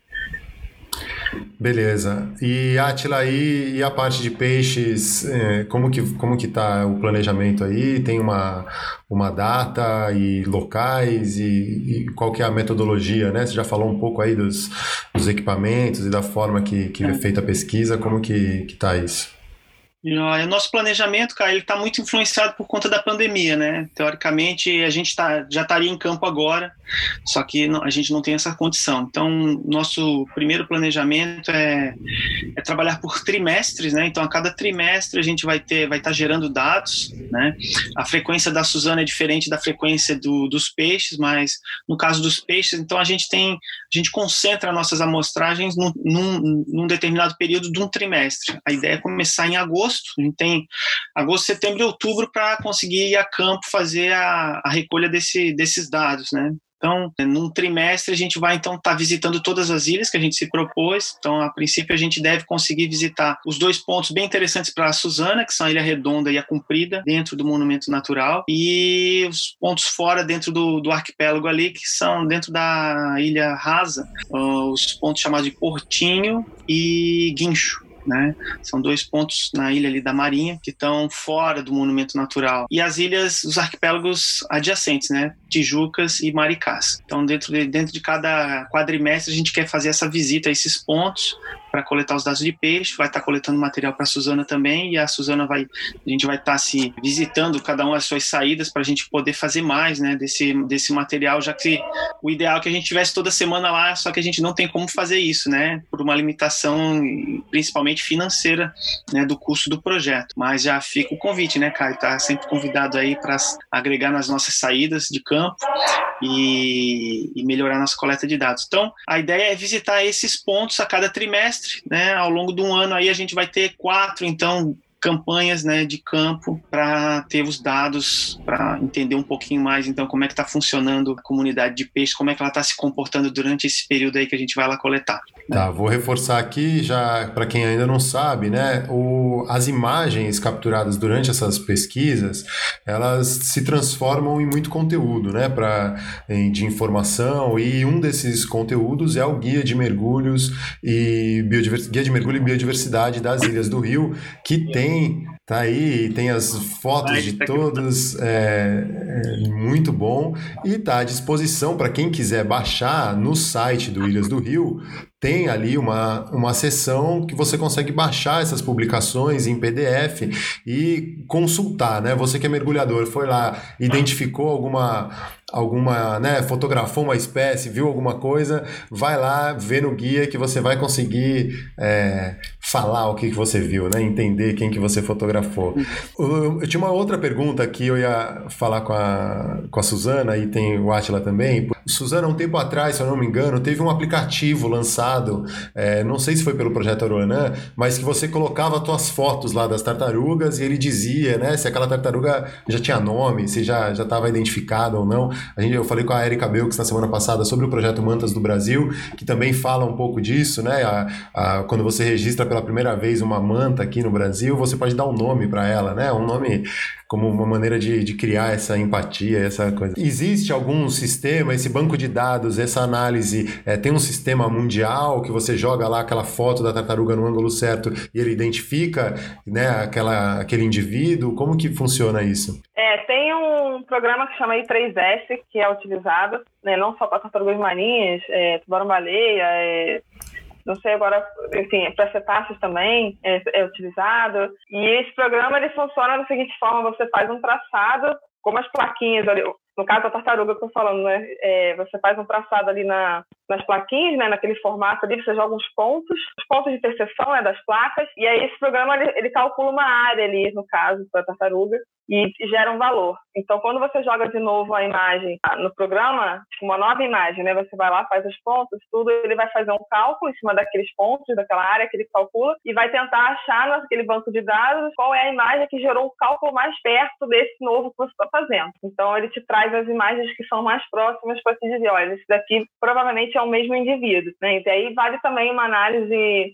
Beleza. E Átila, e a parte de peixes, como que tá o planejamento aí? Tem uma data e locais e qual que é a metodologia, né? Você já falou um pouco aí dos equipamentos e da forma que é feita a pesquisa, como que tá isso? O nosso planejamento, cara, ele está muito influenciado por conta da pandemia, né? Teoricamente, a gente já estaria em campo agora, só que a gente não tem essa condição. Então, nosso primeiro planejamento é trabalhar por trimestres, né? Então, a cada trimestre a gente vai estar gerando dados, né? A frequência da Suzana é diferente da frequência dos peixes, mas no caso dos peixes, então a gente concentra nossas amostragens num determinado período de um trimestre. A ideia é começar em agosto. A gente tem agosto, setembro e outubro para conseguir ir a campo fazer a recolha desses dados, né? Então, num trimestre, a gente vai, então, estar visitando todas as ilhas que a gente se propôs. Então, a princípio, a gente deve conseguir visitar os 2 pontos bem interessantes para a Suzana, que são a Ilha Redonda e a Comprida, dentro do Monumento Natural, e os pontos fora, dentro do arquipélago ali, que são dentro da Ilha Rasa, os pontos chamados de Portinho e Guincho. Né? São 2 pontos na ilha ali da Marinha que estão fora do monumento natural, e as ilhas, os arquipélagos adjacentes, né? Tijucas e Maricás. Então dentro de cada quadrimestre a gente quer fazer essa visita a esses pontos para coletar os dados de peixe, vai estar coletando material para a Suzana também, e a Suzana a gente vai estar se visitando cada uma as suas saídas para a gente poder fazer mais, né, desse material, já que o ideal é que a gente tivesse toda semana lá, só que a gente não tem como fazer isso, né, por uma limitação principalmente financeira, né, do custo do projeto. Mas já fica o convite, né, Caio, tá sempre convidado aí para agregar nas nossas saídas de campo e melhorar nossa coleta de dados. Então, a ideia é visitar esses pontos a cada trimestre, né? Ao longo de um ano aí a gente vai ter 4, então, campanhas, né, de campo para ter os dados, para entender um pouquinho mais, então, como é que está funcionando a comunidade de peixe, como é que ela está se comportando durante esse período aí que a gente vai lá coletar. Tá, vou reforçar aqui, já para quem ainda não sabe, né, as imagens capturadas durante essas pesquisas, elas se transformam em muito conteúdo, né, de informação, e um desses conteúdos é o Guia de Mergulhos e Biodiversidade das Ilhas do Rio, que tá aí, tem as fotos de todos, muito bom, e tá à disposição para quem quiser baixar no site do Ilhas do Rio. Tem ali uma seção que você consegue baixar essas publicações em PDF e consultar, né? Você que é mergulhador, foi lá, identificou alguma, né, fotografou uma espécie, viu alguma coisa, vai lá, vê no guia que você vai conseguir falar o que você viu, né? Entender quem que você fotografou. Eu tinha uma outra pergunta que eu ia falar com a Suzana, e tem o Átila também. Suzana, um tempo atrás, se eu não me engano, teve um aplicativo lançado, não sei se foi pelo Projeto Aruanã, mas que você colocava as tuas fotos lá das tartarugas e ele dizia, né, se aquela tartaruga já tinha nome, se já estava identificada ou não. Eu falei com a Erika Belks na semana passada sobre o projeto Mantas do Brasil, que também fala um pouco disso, né? Quando você registra pela primeira vez uma manta aqui no Brasil, você pode dar um nome para ela, né? Um nome como uma maneira de criar essa empatia, essa coisa. Existe algum sistema, esse banco de dados, essa análise, tem um sistema mundial que você joga lá aquela foto da tartaruga no ângulo certo e ele identifica, né, aquele indivíduo? Como que funciona isso? Tem um programa que chama I3S, que é utilizado, né, não só para tartarugas marinhas, tubarão-baleia, não sei agora, enfim, para cetáceos também é utilizado. E esse programa ele funciona da seguinte forma: você faz um traçado, como as plaquinhas ali, no caso da tartaruga que eu estou falando, né? Você faz um traçado ali nas plaquinhas, né? Naquele formato ali, você joga os pontos de interseção, né, das placas, e aí esse programa ele calcula uma área ali, no caso, para a tartaruga, e gera um valor. Então, quando você joga de novo a imagem no programa, tipo uma nova imagem, né? Você vai lá, faz os pontos, tudo, ele vai fazer um cálculo em cima daqueles pontos, daquela área que ele calcula, e vai tentar achar naquele banco de dados qual é a imagem que gerou o cálculo mais perto desse novo que você está fazendo. Então, ele te traz as imagens que são mais próximas para te dizer, olha, esse daqui provavelmente é o mesmo indivíduo, né? E aí vale também uma análise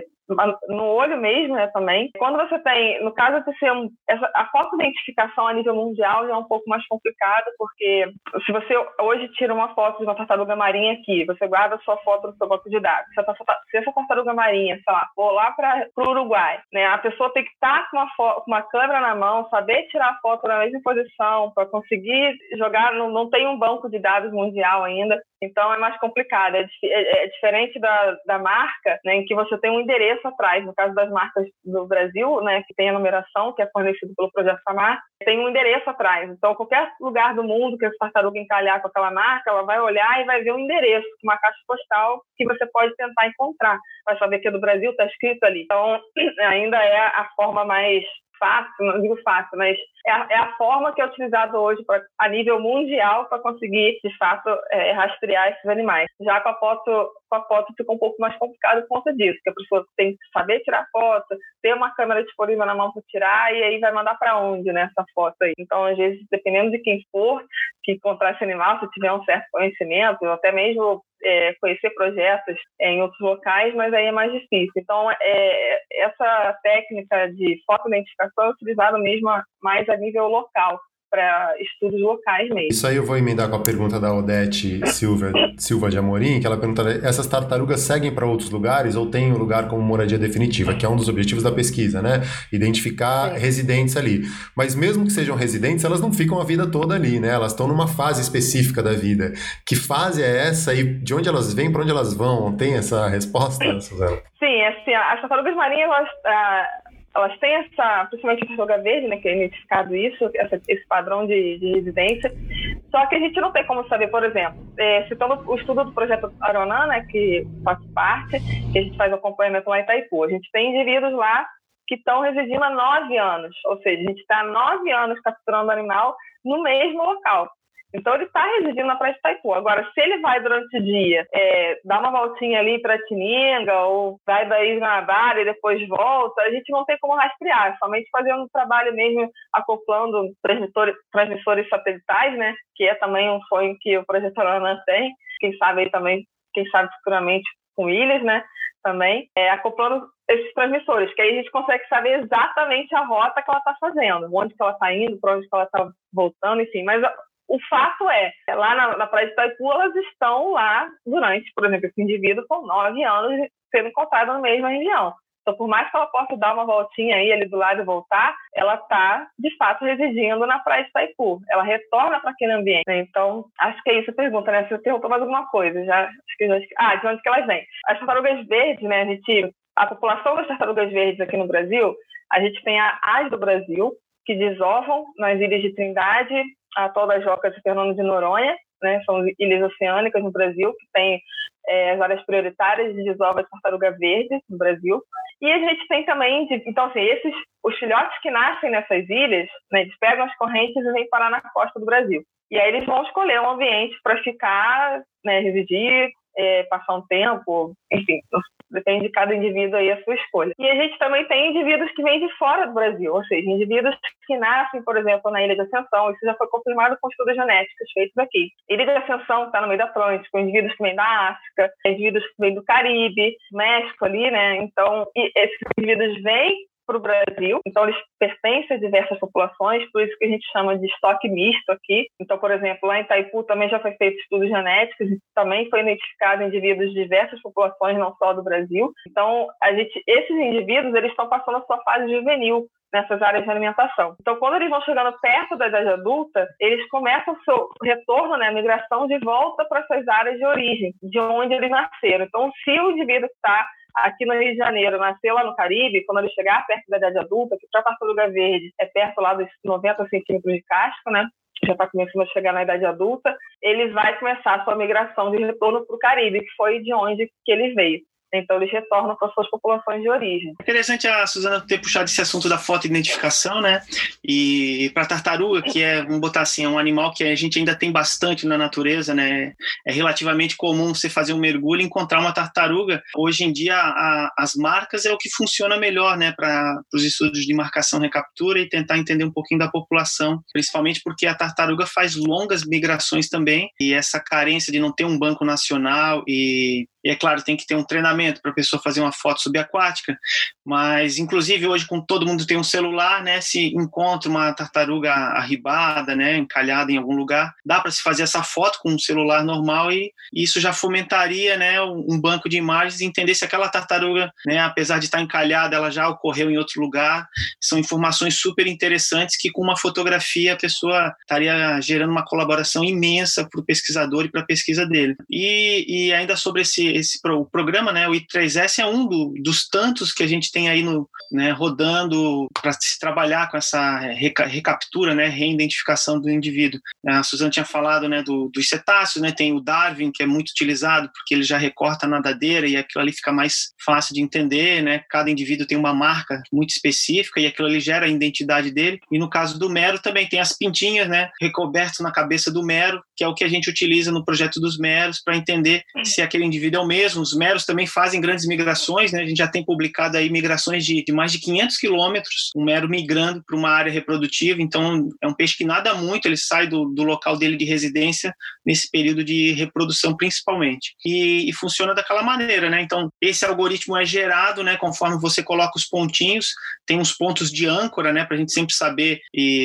no olho mesmo, né, também. Quando você tem, no caso de ser a foto-identificação a nível mundial já é um pouco mais complicado, porque se você hoje tira uma foto de uma tartaruga marinha aqui, você guarda a sua foto no seu banco de dados. Se essa tartaruga marinha, sei lá, for lá para o Uruguai, né, a pessoa tem que estar com uma câmera na mão, saber tirar a foto na mesma posição para conseguir jogar, não tem um banco de dados mundial ainda, então é mais complicado. É diferente da marca, né, em que você tem um endereço atrás. No caso das marcas do Brasil, né, que tem a numeração, que é fornecido pelo Projeto Samar, tem um endereço atrás. Então, qualquer lugar do mundo que essa tartaruga encalhar com aquela marca, ela vai olhar e vai ver um endereço, uma caixa postal que você pode tentar encontrar. Vai saber que é do Brasil, está escrito ali. Então, ainda é a forma mais fácil, não digo fácil, mas é a forma que é utilizada hoje a nível mundial para conseguir, de fato, rastrear esses animais. Já com a foto fica um pouco mais complicado por conta disso, porque a pessoa tem que saber tirar foto, ter uma câmera disponível na mão para tirar, e aí vai mandar para onde, né, essa foto aí. Então, às vezes, dependendo de quem for que encontrar esse animal, se tiver um certo conhecimento, ou até mesmo conhecer projetos em outros locais, mas aí é mais difícil. Então, essa técnica de fotoidentificação é utilizada mesmo mais a nível local, para estudos locais mesmo. Isso aí eu vou emendar com a pergunta da Odete Silva de Amorim, que ela pergunta: essas tartarugas seguem para outros lugares ou têm um lugar como moradia definitiva, que é um dos objetivos da pesquisa, né? Identificar residentes ali. Mas mesmo que sejam residentes, elas não ficam a vida toda ali, né? Elas estão numa fase específica da vida. Que fase é essa e de onde elas vêm, para onde elas vão? Tem essa resposta, Suzana? Sim, assim, as tartarugas marinhas, elas têm principalmente a tartaruga verde, né, que é identificado esse padrão de residência, só que a gente não tem como saber, por exemplo, citando o estudo do projeto Aronã, né, que faz parte, que a gente faz o acompanhamento lá em Itaipu, a gente tem indivíduos lá que estão residindo há 9 anos, ou seja, a gente está há 9 anos capturando animal no mesmo local. Então, ele está residindo na Praia de Itaipu. Agora, se ele vai durante o dia dar uma voltinha ali para Tininga ou vai daí nadar e depois volta, a gente não tem como rastrear, somente fazendo um trabalho mesmo acoplando transmissores satelitais, né? Que é também um sonho que o Projeto Aranã tem. Quem sabe futuramente com ilhas, né? Também, acoplando esses transmissores, que aí a gente consegue saber exatamente a rota que ela está fazendo, onde que ela está indo, para onde que ela está voltando, enfim. Mas o fato lá na Praia de Itaipu, elas estão lá durante, por exemplo, esse indivíduo com 9 anos sendo encontrado na mesma região. Então, por mais que ela possa dar uma voltinha aí ali do lado e voltar, ela está, de fato, residindo na Praia de Itaipu. Ela retorna para aquele ambiente, né? Então, acho que é isso a pergunta, né? Você perguntou mais alguma coisa. De onde que elas vêm? As tartarugas verdes, né? A população das tartarugas verdes aqui no Brasil, a gente tem as do Brasil, que desovam nas ilhas de Trindade, Atol das Jocas e Fernando de Noronha, né? São ilhas oceânicas no Brasil, que tem as áreas prioritárias de desova de tartaruga verde no Brasil. E a gente tem também, então assim, os filhotes que nascem nessas ilhas, né, eles pegam as correntes e vêm parar na costa do Brasil. E aí eles vão escolher um ambiente para ficar, né, residir, passar um tempo, enfim, depende de cada indivíduo aí a sua escolha. E a gente também tem indivíduos que vêm de fora do Brasil, ou seja, indivíduos que nascem, por exemplo, na Ilha de Ascensão. Isso já foi confirmado com estudos genéticos feitos aqui. Ilha de Ascensão está no meio do Atlântico, indivíduos que vêm da África, indivíduos que vêm do Caribe, México ali, né? Então, esses indivíduos vêm para o Brasil, então eles pertencem a diversas populações, por isso que a gente chama de estoque misto aqui. Então, por exemplo, lá em Itaipu também já foi feito estudos genéticos e também foi identificado indivíduos de diversas populações, não só do Brasil. Então, esses indivíduos, eles estão passando a sua fase juvenil nessas áreas de alimentação. Então, quando eles vão chegando perto da idade adulta, eles começam o seu retorno, né, a migração de volta para essas áreas de origem, de onde eles nasceram. Então, se o indivíduo que está aqui no Rio de Janeiro nasceu lá no Caribe, quando ele chegar perto da idade adulta, que para a tartaruga verde é perto lá dos 90 centímetros de casco, né? Já está começando a chegar na idade adulta, ele vai começar a sua migração de retorno para o Caribe, que foi de onde que ele veio. Então, eles retornam para suas populações de origem. Interessante a Suzana ter puxado esse assunto da fotoidentificação, né? E para a tartaruga, que vamos botar assim, é um animal que a gente ainda tem bastante na natureza, né? É relativamente comum você fazer um mergulho e encontrar uma tartaruga. Hoje em dia, as marcas é o que funciona melhor, né? Para os estudos de marcação, recaptura e tentar entender um pouquinho da população, principalmente porque a tartaruga faz longas migrações também, e essa carência de não ter um banco nacional e é claro, tem que ter um treinamento para a pessoa fazer uma foto subaquática, mas inclusive hoje, com todo mundo tem um celular, né, se encontra uma tartaruga arribada, né, encalhada em algum lugar, dá para se fazer essa foto com um celular normal e isso já fomentaria, né, um banco de imagens e entender se aquela tartaruga, né, apesar de estar encalhada, ela já ocorreu em outro lugar. São informações super interessantes que com uma fotografia a pessoa estaria gerando uma colaboração imensa para o pesquisador e para a pesquisa dele. E ainda sobre esse o programa, né, o I3S é um dos tantos que a gente tem aí rodando para se trabalhar com essa recaptura, né, reidentificação do indivíduo. A Suzana tinha falado, né, dos cetáceos, né, tem o Darwin, que é muito utilizado porque ele já recorta a nadadeira e aquilo ali fica mais fácil de entender, né, cada indivíduo tem uma marca muito específica e aquilo ali gera a identidade dele. E no caso do mero também tem as pintinhas, né, recobertas na cabeça do mero, que é o que a gente utiliza no projeto dos meros para entender se aquele indivíduo é o mesmo. Os meros também fazem grandes migrações, né, a gente já tem publicado aí migrações de mais de 500 quilômetros, um mero migrando para uma área reprodutiva, então é um peixe que nada muito, ele sai do local dele de residência nesse período de reprodução principalmente. E funciona daquela maneira, né? Então, esse algoritmo é gerado, né, conforme você coloca os pontinhos, tem uns pontos de âncora, né, para a gente sempre saber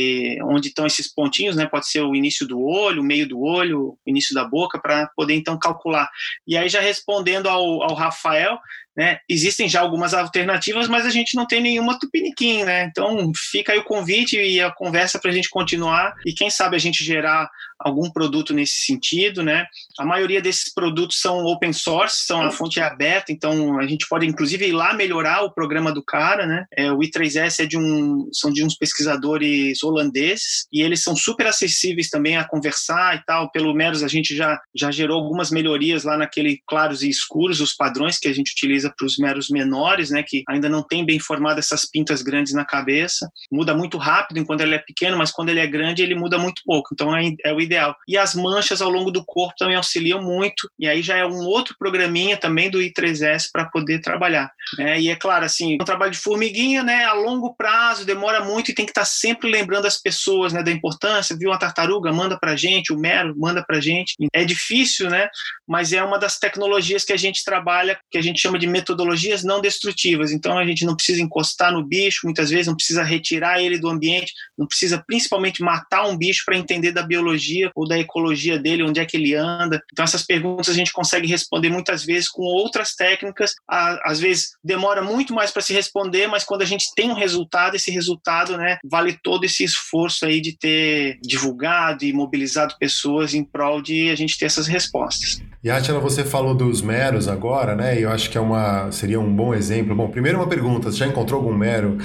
onde estão esses pontinhos, né? Pode ser o início do olho, o meio do olho, o início da boca, para poder então calcular. E aí, já respondendo ao Rafael, né, existem já algumas alternativas, mas a gente não tem nenhuma tupiniquim, né? Então fica aí o convite e a conversa para a gente continuar e quem sabe a gente gerar algum produto nesse sentido, né? A maioria desses produtos são open source, a fonte é aberta, então a gente pode inclusive ir lá melhorar o programa do cara, né? O I3S são de uns pesquisadores holandeses e eles são super acessíveis também a conversar e tal. Pelo menos a gente já gerou algumas melhorias lá naquele claros e escuros, os padrões que a gente utiliza para os meros menores, né, que ainda não tem bem formado essas pintas grandes na cabeça. Muda muito rápido enquanto ele é pequeno, mas quando ele é grande ele muda muito pouco, então é o ideal. E as manchas ao longo do corpo também auxiliam muito, e aí já é um outro programinha também do I3S para poder trabalhar. E é claro, assim, um trabalho de formiguinha, né, a longo prazo, demora muito e tem que estar sempre lembrando as pessoas, né, da importância. Viu uma tartaruga? Manda para a gente, o mero manda para a gente. É difícil, né, mas é uma das tecnologias que a gente trabalha, que a gente chama de metodologias não destrutivas. Então a gente não precisa encostar no bicho, muitas vezes não precisa retirar ele do ambiente, não precisa principalmente matar um bicho para entender da biologia ou da ecologia dele, onde é que ele anda. Então essas perguntas a gente consegue responder muitas vezes com outras técnicas. Às vezes demora muito mais para se responder, mas quando a gente tem um resultado, esse resultado, né, vale todo esse esforço aí de ter divulgado e mobilizado pessoas em prol de a gente ter essas respostas. E Átila, você falou dos meros agora, né? E eu acho que seria um bom exemplo. Bom, primeiro uma pergunta: você já encontrou algum mero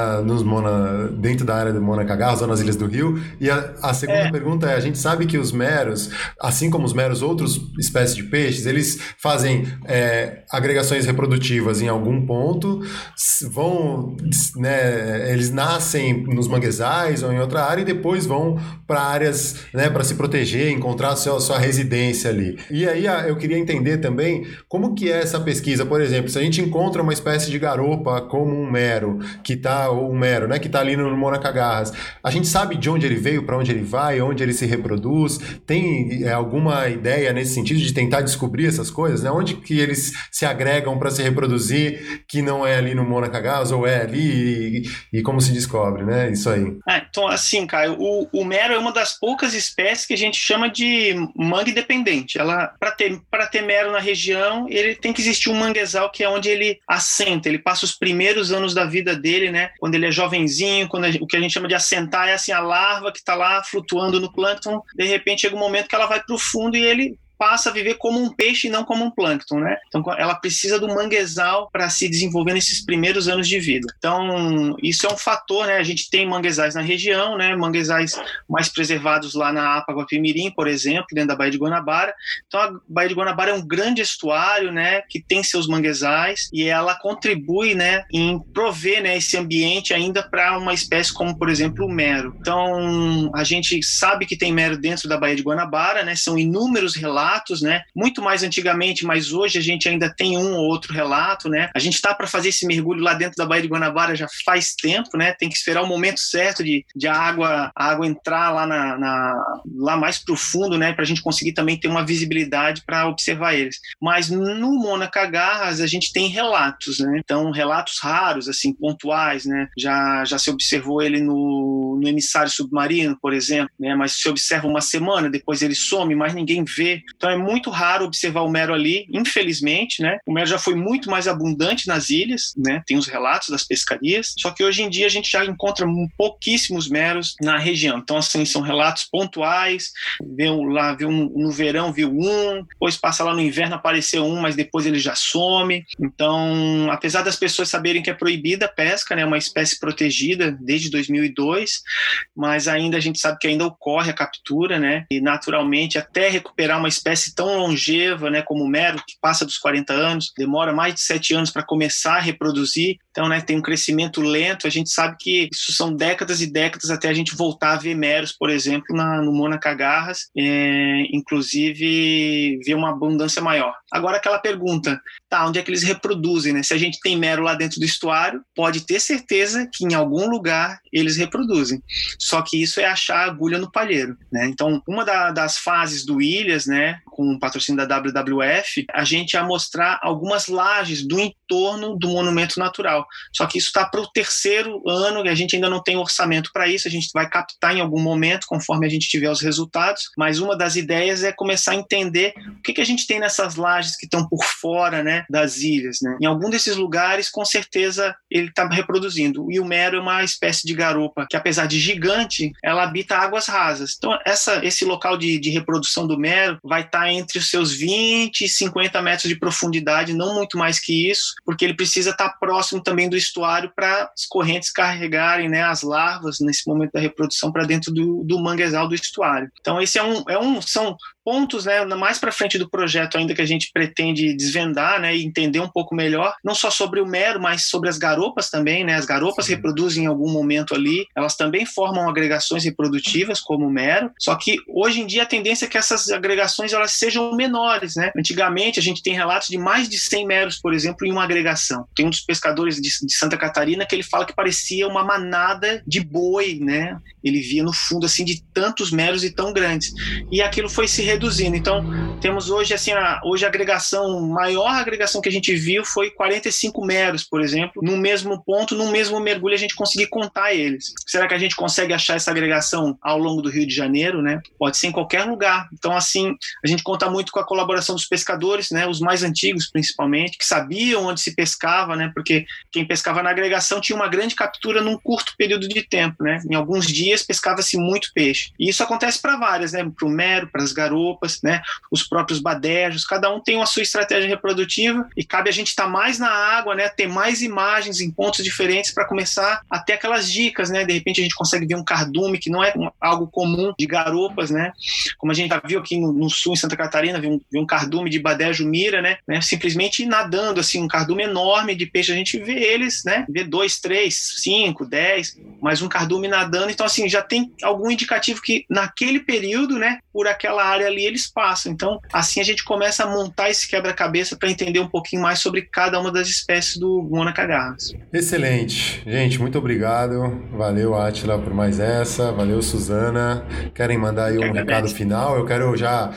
dentro da área do Monacagarras ou nas Ilhas do Rio? E a segunda pergunta é: a gente sabe que os meros, assim como os meros, outras espécies de peixes, eles fazem agregações reprodutivas em algum ponto, eles nascem nos manguezais ou em outra área e depois vão para áreas, né, para se proteger, encontrar a sua residência ali. E aí eu queria entender também como que é essa pesquisa. Por exemplo, se a gente encontra uma espécie de garopa como um mero, né, que está ali no Monacagarras, a gente sabe de onde ele veio, para onde ele vai, onde ele se reproduz? Tem alguma ideia nesse sentido de tentar descobrir essas coisas, né? Onde que eles se agregam para se reproduzir, que não é ali no Monacagarras ou é ali, e como se descobre, né? Isso aí. Então, assim, Caio, o mero é uma das poucas espécies que a gente chama de mangue dependente. Para ter mero na região, ele tem que existir um manguezal que é onde ele assenta, ele passa os primeiros anos da vida dele, né? Quando ele é jovenzinho, o que a gente chama de assentar é assim, a larva que está lá flutuando no plâncton, de repente chega um momento que ela vai para o fundo e ele passa a viver como um peixe e não como um plâncton, né? Então ela precisa do manguezal para se desenvolver nesses primeiros anos de vida. Então isso é um fator, né? A gente tem manguezais na região, né? Manguezais mais preservados lá na APA Guapimirim, por exemplo, dentro da Baía de Guanabara. Então a Baía de Guanabara é um grande estuário, né? Que tem seus manguezais e ela contribui, né? Em prover, né? Esse ambiente ainda para uma espécie como, por exemplo, o mero. Então a gente sabe que tem mero dentro da Baía de Guanabara, né? São inúmeros relatos, né? Muito mais antigamente, mas hoje a gente ainda tem um ou outro relato, né? A gente está para fazer esse mergulho lá dentro da Baía de Guanabara já faz tempo, né? Tem que esperar o momento certo de a água entrar lá lá mais profundo, né? Para a gente conseguir também ter uma visibilidade para observar eles. Mas no Monacagarras a gente tem relatos, né? Então relatos raros, assim, pontuais, né? Já se observou ele no emissário submarino, por exemplo, né? Mas se observa uma semana, depois ele some, mas ninguém vê. Então é muito raro observar o mero ali, infelizmente, né? O mero já foi muito mais abundante nas ilhas, né? Tem os relatos das pescarias, só que hoje em dia a gente já encontra pouquíssimos meros na região. Então, assim, são relatos pontuais, no verão viu um, depois passa lá no inverno, apareceu um, mas depois ele já some. Então, apesar das pessoas saberem que é proibida a pesca, né? É uma espécie protegida desde 2002, mas ainda a gente sabe que ainda ocorre a captura, né? E naturalmente, até recuperar uma espécie tão longeva, né, como o mero, que passa dos 40 anos, demora mais de 7 anos para começar a reproduzir. Então, né, tem um crescimento lento. A gente sabe que isso são décadas e décadas até a gente voltar a ver meros, por exemplo, no Monacagarras, inclusive ver uma abundância maior. Agora, aquela pergunta, onde é que eles reproduzem, né? Se a gente tem mero lá dentro do estuário, pode ter certeza que em algum lugar eles reproduzem. Só que isso é achar a agulha no palheiro, né? Então, uma das fases do Ilhas, né, com o patrocínio da WWF, a gente ia mostrar algumas lajes do entorno do monumento natural. Só que isso está para o 3º ano e a gente ainda não tem orçamento para isso. A gente vai captar em algum momento, conforme a gente tiver os resultados. Mas uma das ideias é começar a entender o que a gente tem nessas lajes que estão por fora, né, das ilhas, né? Em algum desses lugares, com certeza, ele está reproduzindo. E o mero é uma espécie de garopa que, apesar de gigante, ela habita águas rasas. Então, esse local de reprodução do mero vai estar entre os seus 20 e 50 metros de profundidade, não muito mais que isso, porque ele precisa estar próximo também do estuário para as correntes carregarem, né, as larvas nesse momento da reprodução para dentro do manguezal do estuário. Então, esse são pontos, né, mais para frente do projeto ainda que a gente pretende desvendar, né, e entender um pouco melhor, não só sobre o mero, mas sobre as garopas também, né? As garopas Sim. reproduzem em algum momento ali, elas também formam agregações reprodutivas como o mero, só que hoje em dia a tendência é que essas agregações elas sejam menores, né? Antigamente a gente tem relatos de mais de 100 meros, por exemplo, em uma agregação. Tem um dos pescadores de Santa Catarina que ele fala que parecia uma manada de boi, né? Ele via no fundo assim de tantos meros e tão grandes. E aquilo foi se reduzindo. Então, temos hoje assim hoje a maior agregação que a gente viu foi 45 meros, por exemplo, no mesmo ponto, no mesmo mergulho a gente conseguir contar eles. Será que a gente consegue achar essa agregação ao longo do Rio de Janeiro, né? Pode ser em qualquer lugar. Então, assim, a gente conta muito com a colaboração dos pescadores, né? Os mais antigos, principalmente, que sabiam onde se pescava, né? Porque quem pescava na agregação tinha uma grande captura num curto período de tempo, né? Em alguns dias pescava-se muito peixe. E isso acontece para várias, né? Para o mero, para as garopas, né? Os próprios badejos, cada um tem a sua estratégia reprodutiva e cabe a gente estar mais na água, né? Ter mais imagens em pontos diferentes para começar a ter aquelas dicas, né? De repente a gente consegue ver um cardume que não é algo comum de garopas, né? Como a gente já viu aqui no sul, em Santa Catarina, viu um cardume de badejo mira, né? Simplesmente nadando, assim, um cardume enorme de peixe, a gente vê eles, né? Vê 2, 3, 5, 10, mais um cardume nadando, então assim, já tem algum indicativo que naquele período, né? Por aquela área ali eles passam, então assim a gente começa a montar esse quebra-cabeça para entender um pouquinho mais sobre cada uma das espécies do Monacagarras. Excelente. Gente, muito obrigado. Valeu, Átila, por mais essa. Valeu, Suzana. Querem mandar aí um recado final? Eu quero já,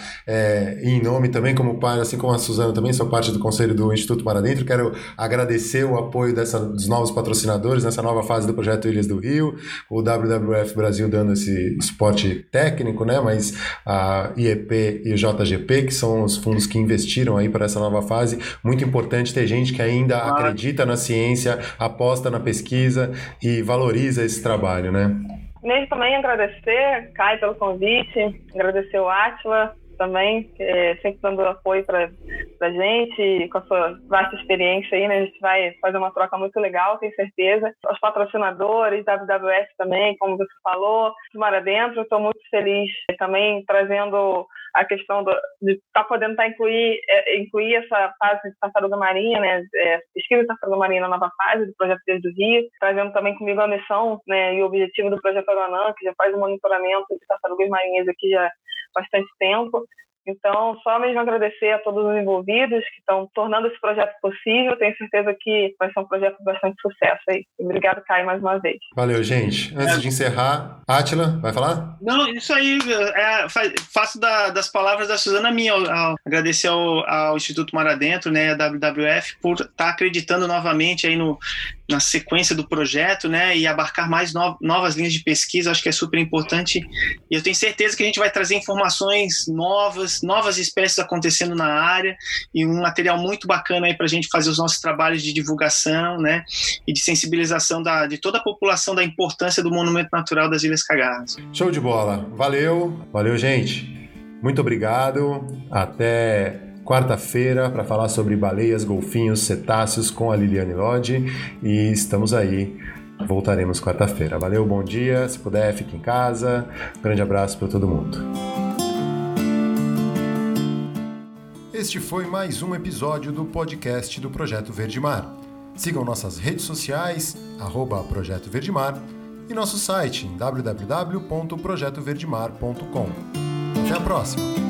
em nome também, como pai, assim como a Suzana também, sou parte do Conselho do Instituto Mar Adentro, quero agradecer o apoio dos novos patrocinadores nessa nova fase do projeto Ilhas do Rio, o WWF Brasil dando esse suporte técnico, né? Mas a IEP e o JGP, que são os fundos que investiram aí para essa nova fase. Muito importante ter gente que ainda acredita na ciência, aposta na pesquisa e valoriza esse trabalho, né? Mesmo também agradecer, Caio, pelo convite, agradecer o Átila também, sempre dando apoio para a gente, com a sua vasta experiência aí, né? A gente vai fazer uma troca muito legal, tenho certeza. Os patrocinadores, WWF também, como você falou, do Mar Adentro, estou muito feliz também trazendo a questão de estar podendo incluir essa fase de tartaruga marinha, né? Pesquisa de tartaruga marinha na nova fase do Projeto Ilhas do Rio, trazendo também comigo a missão, né, e o objetivo do Projeto Aranã, que já faz o monitoramento de tartarugas marinhas aqui já há bastante tempo. Então, só mesmo agradecer a todos os envolvidos que estão tornando esse projeto possível. Tenho certeza que vai ser um projeto de bastante sucesso aí. Obrigado, Caio, mais uma vez. Valeu, gente. Antes de encerrar, Átila, vai falar? Não, isso aí. Faço das palavras da Suzana minha. Agradecer ao Instituto Mar Adentro, né, a WWF, por estar acreditando novamente aí no na sequência do projeto, né, e abarcar mais novas linhas de pesquisa, acho que é super importante, e eu tenho certeza que a gente vai trazer informações novas espécies acontecendo na área, e um material muito bacana aí para a gente fazer os nossos trabalhos de divulgação, né, e de sensibilização de toda a população da importância do Monumento Natural das Ilhas Cagarras. Show de bola, valeu, gente, muito obrigado, até quarta-feira para falar sobre baleias, golfinhos, cetáceos com a Liliane Lodge, e estamos aí, voltaremos quarta-feira. Valeu, bom dia, se puder fique em casa, um grande abraço para todo mundo. Este foi mais um episódio do podcast do Projeto Verde Mar. Sigam nossas redes sociais, @Projeto Verde Mar, e nosso site em www.projetoverdemar.com. Até a próxima!